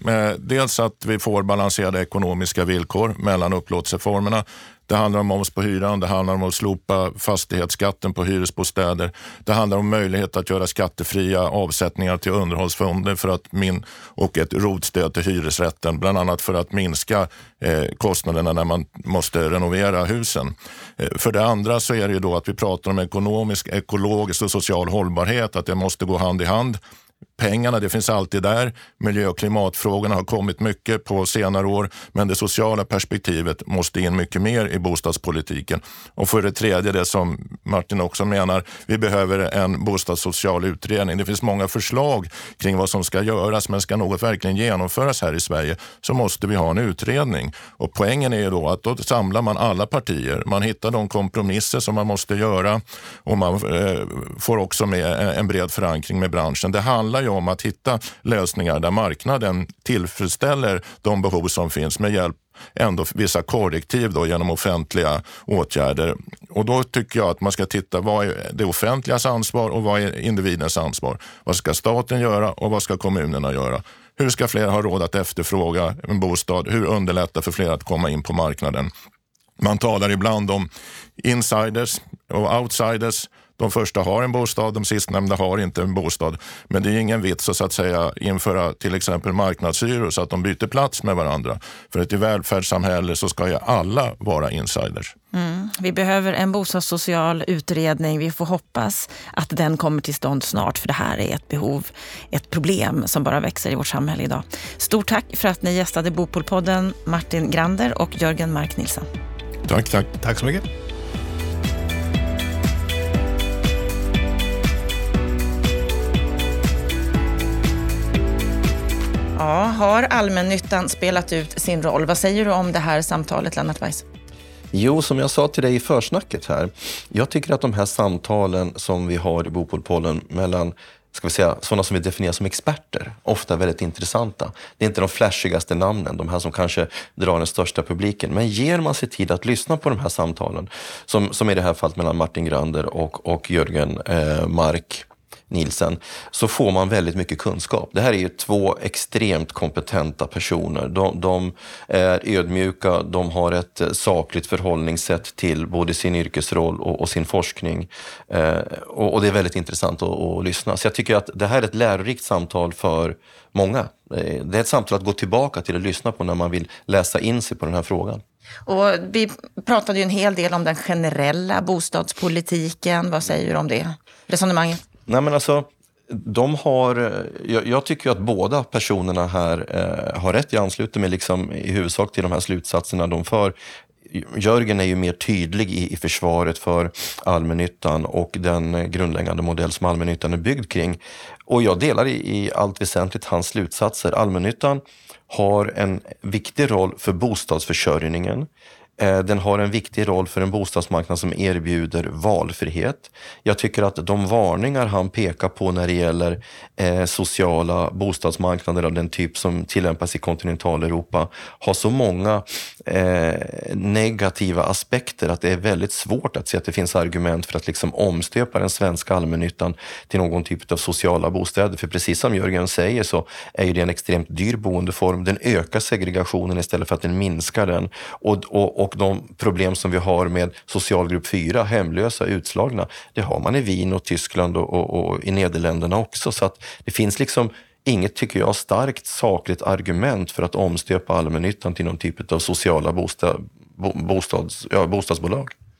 Dels att vi får balanserade ekonomiska villkor mellan upplåtelseformerna. Det handlar om moms på hyran, det handlar om att slopa fastighetsskatten på hyresbostäder. Det handlar om möjlighet att göra skattefria avsättningar till underhållsfonder för att min och ett rotstöd till hyresrätten, bland annat för att minska eh, kostnaderna när man måste renovera husen. Eh, för det andra så är det ju då att vi pratar om ekonomisk, ekologisk och social hållbarhet, att det måste gå hand i hand. Pengarna, det finns alltid där. Miljö- och klimatfrågorna har kommit mycket på senare år, men det sociala perspektivet måste in mycket mer i bostadspolitiken. Och för det tredje, det som Martin också menar, vi behöver en bostadssocial utredning. Det finns många förslag kring vad som ska göras, men ska något verkligen genomföras här i Sverige så måste vi ha en utredning. Och poängen är ju då att då samlar man alla partier, man hittar de kompromisser som man måste göra och man eh, får också med en bred förankring med branschen. Det handlar ju om att hitta lösningar där marknaden tillfredsställer de behov som finns med hjälp ändå vissa korrektiv då genom offentliga åtgärder. Och då tycker jag att man ska titta vad är det offentligas ansvar och vad är individens ansvar. Vad ska staten göra och vad ska kommunerna göra? Hur ska fler ha råd att efterfråga en bostad? Hur underlätta för fler att komma in på marknaden? Man talar ibland om insiders och outsiders. De första har en bostad, de sistnämnda har inte en bostad. Men det är ingen vits att, så att säga, införa till exempel marknadshyror så att de byter plats med varandra. För att i välfärdssamhälle så ska ju alla vara insiders. Mm. Vi behöver en bostadssocial utredning. Vi får hoppas att den kommer till stånd snart, för det här är ett behov, ett problem som bara växer i vårt samhälle idag. Stort tack för att ni gästade Bopolpodden, Martin Grander och Jörgen Mark Nilsson. Tack, tack. Tack så mycket. Ja, har allmännyttan spelat ut sin roll? Vad säger du om det här samtalet, Lennart Weiss? Jo, som jag sa till dig i försnacket här, jag tycker att de här samtalen som vi har i Bopolpodden mellan, ska vi säga, sådana som vi definierar som experter, ofta är väldigt intressanta. Det är inte de flashigaste namnen, de här som kanske drar den största publiken. Men ger man sig tid att lyssna på de här samtalen, som, som i det här fallet mellan Martin Grander och, och Jörgen eh, Mark Nilsson, så får man väldigt mycket kunskap. Det här är ju två extremt kompetenta personer. De, de är ödmjuka, de har ett sakligt förhållningssätt till både sin yrkesroll och, och sin forskning. Eh, och, och det är väldigt intressant att, att lyssna. Så jag tycker att det här är ett lärorikt samtal för många. Det är ett samtal att gå tillbaka till och lyssna på när man vill läsa in sig på den här frågan. Och vi pratade ju en hel del om den generella bostadspolitiken. Vad säger du om det resonemanget? Nej, men alltså, de har, jag, jag tycker att båda personerna här eh, har rätt. Jag ansluter mig liksom i huvudsak till de här slutsatserna de för. Jörgen är ju mer tydlig i, i försvaret för allmännyttan och den grundläggande modell som allmännyttan är byggd kring. Och jag delar i, i allt väsentligt hans slutsatser. Allmännyttan har en viktig roll för bostadsförsörjningen. Den har en viktig roll för en bostadsmarknad som erbjuder valfrihet. Jag tycker att de varningar han pekar på när det gäller eh, sociala bostadsmarknader av den typ som tillämpas i kontinentaleuropa har så många eh, negativa aspekter att det är väldigt svårt att se att det finns argument för att liksom omstöpa den svenska allmännyttan till någon typ av sociala bostäder. För precis som Jörgen säger så är ju det en extremt dyr boendeform. Den ökar segregationen istället för att den minskar den. Och, och, och de problem som vi har med socialgrupp fyra, hemlösa, utslagna, det har man i Wien och Tyskland och, och, och i Nederländerna också. Så att det finns liksom inget, tycker jag, starkt sakligt argument för att omstöpa allmännyttan till någon typ av sociala bostad, bo, bostads, ja, bostadsbolag.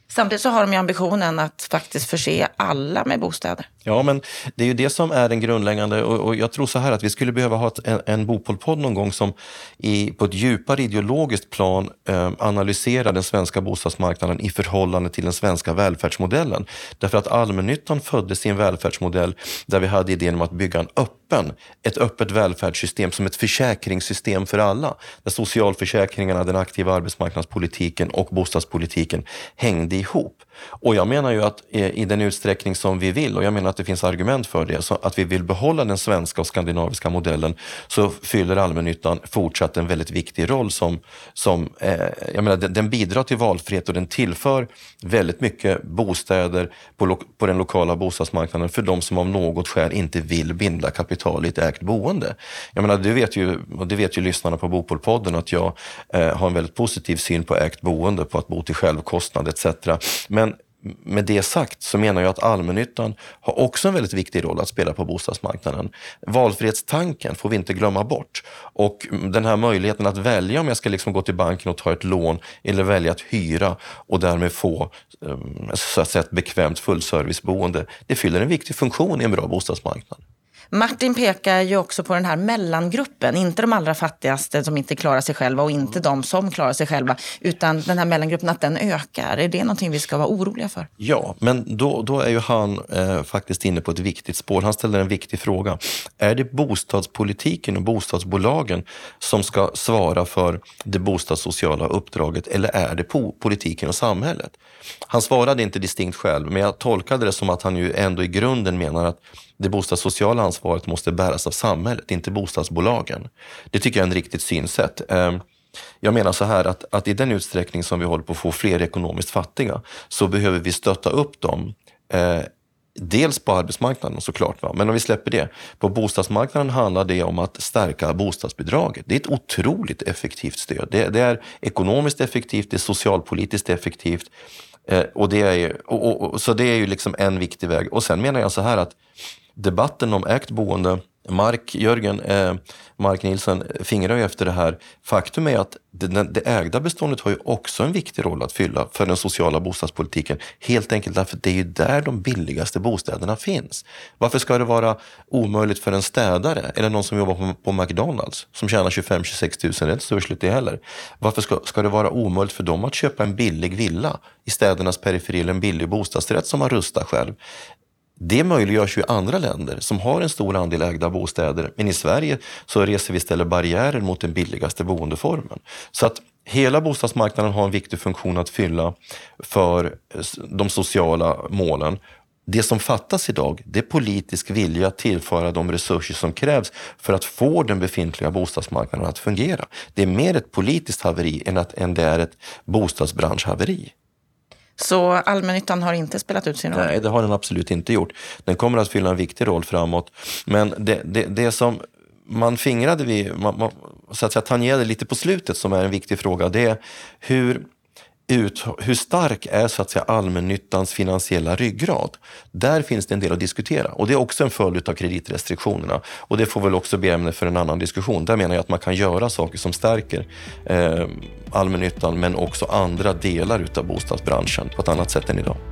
Samtidigt så har de ju ambitionen att faktiskt förse alla med bostäder. Ja, men det är ju det som är den grundläggande, och, och jag tror så här att vi skulle behöva ha ett, en, en Bopolpodd någon gång som i, på ett djupare ideologiskt plan eh, analyserar den svenska bostadsmarknaden i förhållande till den svenska välfärdsmodellen. Därför att allmännyttan föddes i en välfärdsmodell där vi hade idén om att bygga en öppen, ett öppet välfärdssystem som ett försäkringssystem för alla. Där socialförsäkringarna, den aktiva arbetsmarknadspolitiken och bostadspolitiken hängde ihop. Och jag menar ju att i den utsträckning som vi vill, och jag menar att det finns argument för det, så att vi vill behålla den svenska och skandinaviska modellen, så fyller allmännyttan fortsatt en väldigt viktig roll som, som eh, jag menar, den, den bidrar till valfrihet och den tillför väldigt mycket bostäder på, lo, på den lokala bostadsmarknaden för de som av något skäl inte vill binda kapital i ett ägt boende. Jag menar, du vet ju, och det vet ju lyssnarna på Bopolpodden, att jag eh, har en väldigt positiv syn på ägt boende, på att bo till självkostnad et cetera. Men med det sagt så menar jag att allmännyttan har också en väldigt viktig roll att spela på bostadsmarknaden. Valfrihetstanken får vi inte glömma bort. Och den här möjligheten att välja om jag ska liksom gå till banken och ta ett lån eller välja att hyra och därmed få så att säga, ett bekvämt fullserviceboende, det fyller en viktig funktion i en bra bostadsmarknad. Martin pekar ju också på den här mellangruppen, inte de allra fattigaste som inte klarar sig själva och inte de som klarar sig själva, utan den här mellangruppen, att den ökar. Är det någonting vi ska vara oroliga för? Ja, men då, då är ju han eh, faktiskt inne på ett viktigt spår. Han ställer en viktig fråga. Är det bostadspolitiken och bostadsbolagen som ska svara för det bostadssociala uppdraget, eller är det po- politiken och samhället? Han svarade inte distinkt själv, men jag tolkade det som att han ju ändå i grunden menar att det bostadssociala ansvaret måste bäras av samhället, inte bostadsbolagen. Det tycker jag är en riktigt synsätt. Jag menar så här att, att i den utsträckning som vi håller på att få fler ekonomiskt fattiga så behöver vi stötta upp dem. Eh, dels på arbetsmarknaden såklart, va? Men om vi släpper det. På bostadsmarknaden handlar det om att stärka bostadsbidraget. Det är ett otroligt effektivt stöd. Det, det är ekonomiskt effektivt, det är socialpolitiskt effektivt. Eh, och det är, och, och, och, så det är ju liksom en viktig väg. Och sen menar jag så här att debatten om ägt boende, Mark, Jörgen, eh, Mark Nilsson fingrar ju efter det här. Faktum är att det, det ägda beståndet har ju också en viktig roll att fylla för den sociala bostadspolitiken. Helt enkelt därför att det är ju där de billigaste bostäderna finns. Varför ska det vara omöjligt för en städare eller någon som jobbar på, på McDonalds som tjänar tjugofem till tjugosex tusen, det är inte så slut det heller. Varför ska, ska det vara omöjligt för dem att köpa en billig villa i städernas periferi eller en billig bostadsrätt som man rustar själv? Det möjliggörs ju i andra länder som har en stor andel ägda bostäder. Men i Sverige så reser vi istället barriärer mot den billigaste boendeformen. Så att hela bostadsmarknaden har en viktig funktion att fylla för de sociala målen. Det som fattas idag, det är politisk vilja att tillföra de resurser som krävs för att få den befintliga bostadsmarknaden att fungera. Det är mer ett politiskt haveri än, att, än det är ett bostadsbranschhaveri. Så allmännyttan har inte spelat ut sin roll? Nej, det har den absolut inte gjort. Den kommer att fylla en viktig roll framåt. Men det, det, det som man fingrade vid, man, man, så att säga tangerade lite på slutet som är en viktig fråga, det är hur, ut, hur stark är så att säga allmännyttans finansiella ryggrad? Där finns det en del att diskutera. Och det är också en följd av kreditrestriktionerna. Och det får väl också bli ämne för en annan diskussion. Där menar jag att man kan göra saker som stärker eh, allmännyttan men också andra delar utav bostadsbranschen på ett annat sätt än idag.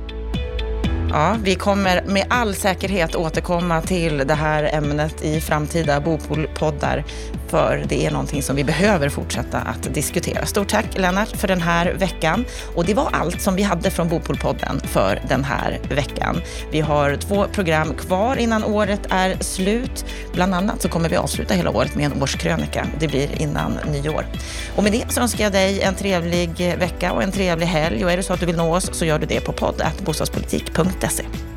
Ja, vi kommer med all säkerhet återkomma till det här ämnet i framtida Bopolpoddar, för det är någonting som vi behöver fortsätta att diskutera. Stort tack Lennart för den här veckan, och det var allt som vi hade från Bopolpodden för den här veckan. Vi har två program kvar innan året är slut. Bland annat så kommer vi avsluta hela året med en årskrönika. Det blir innan nyår. Och med det så önskar jag dig en trevlig vecka och en trevlig helg, och är det så att du vill nå oss så gör du det på podd at bostadspolitik punkt se.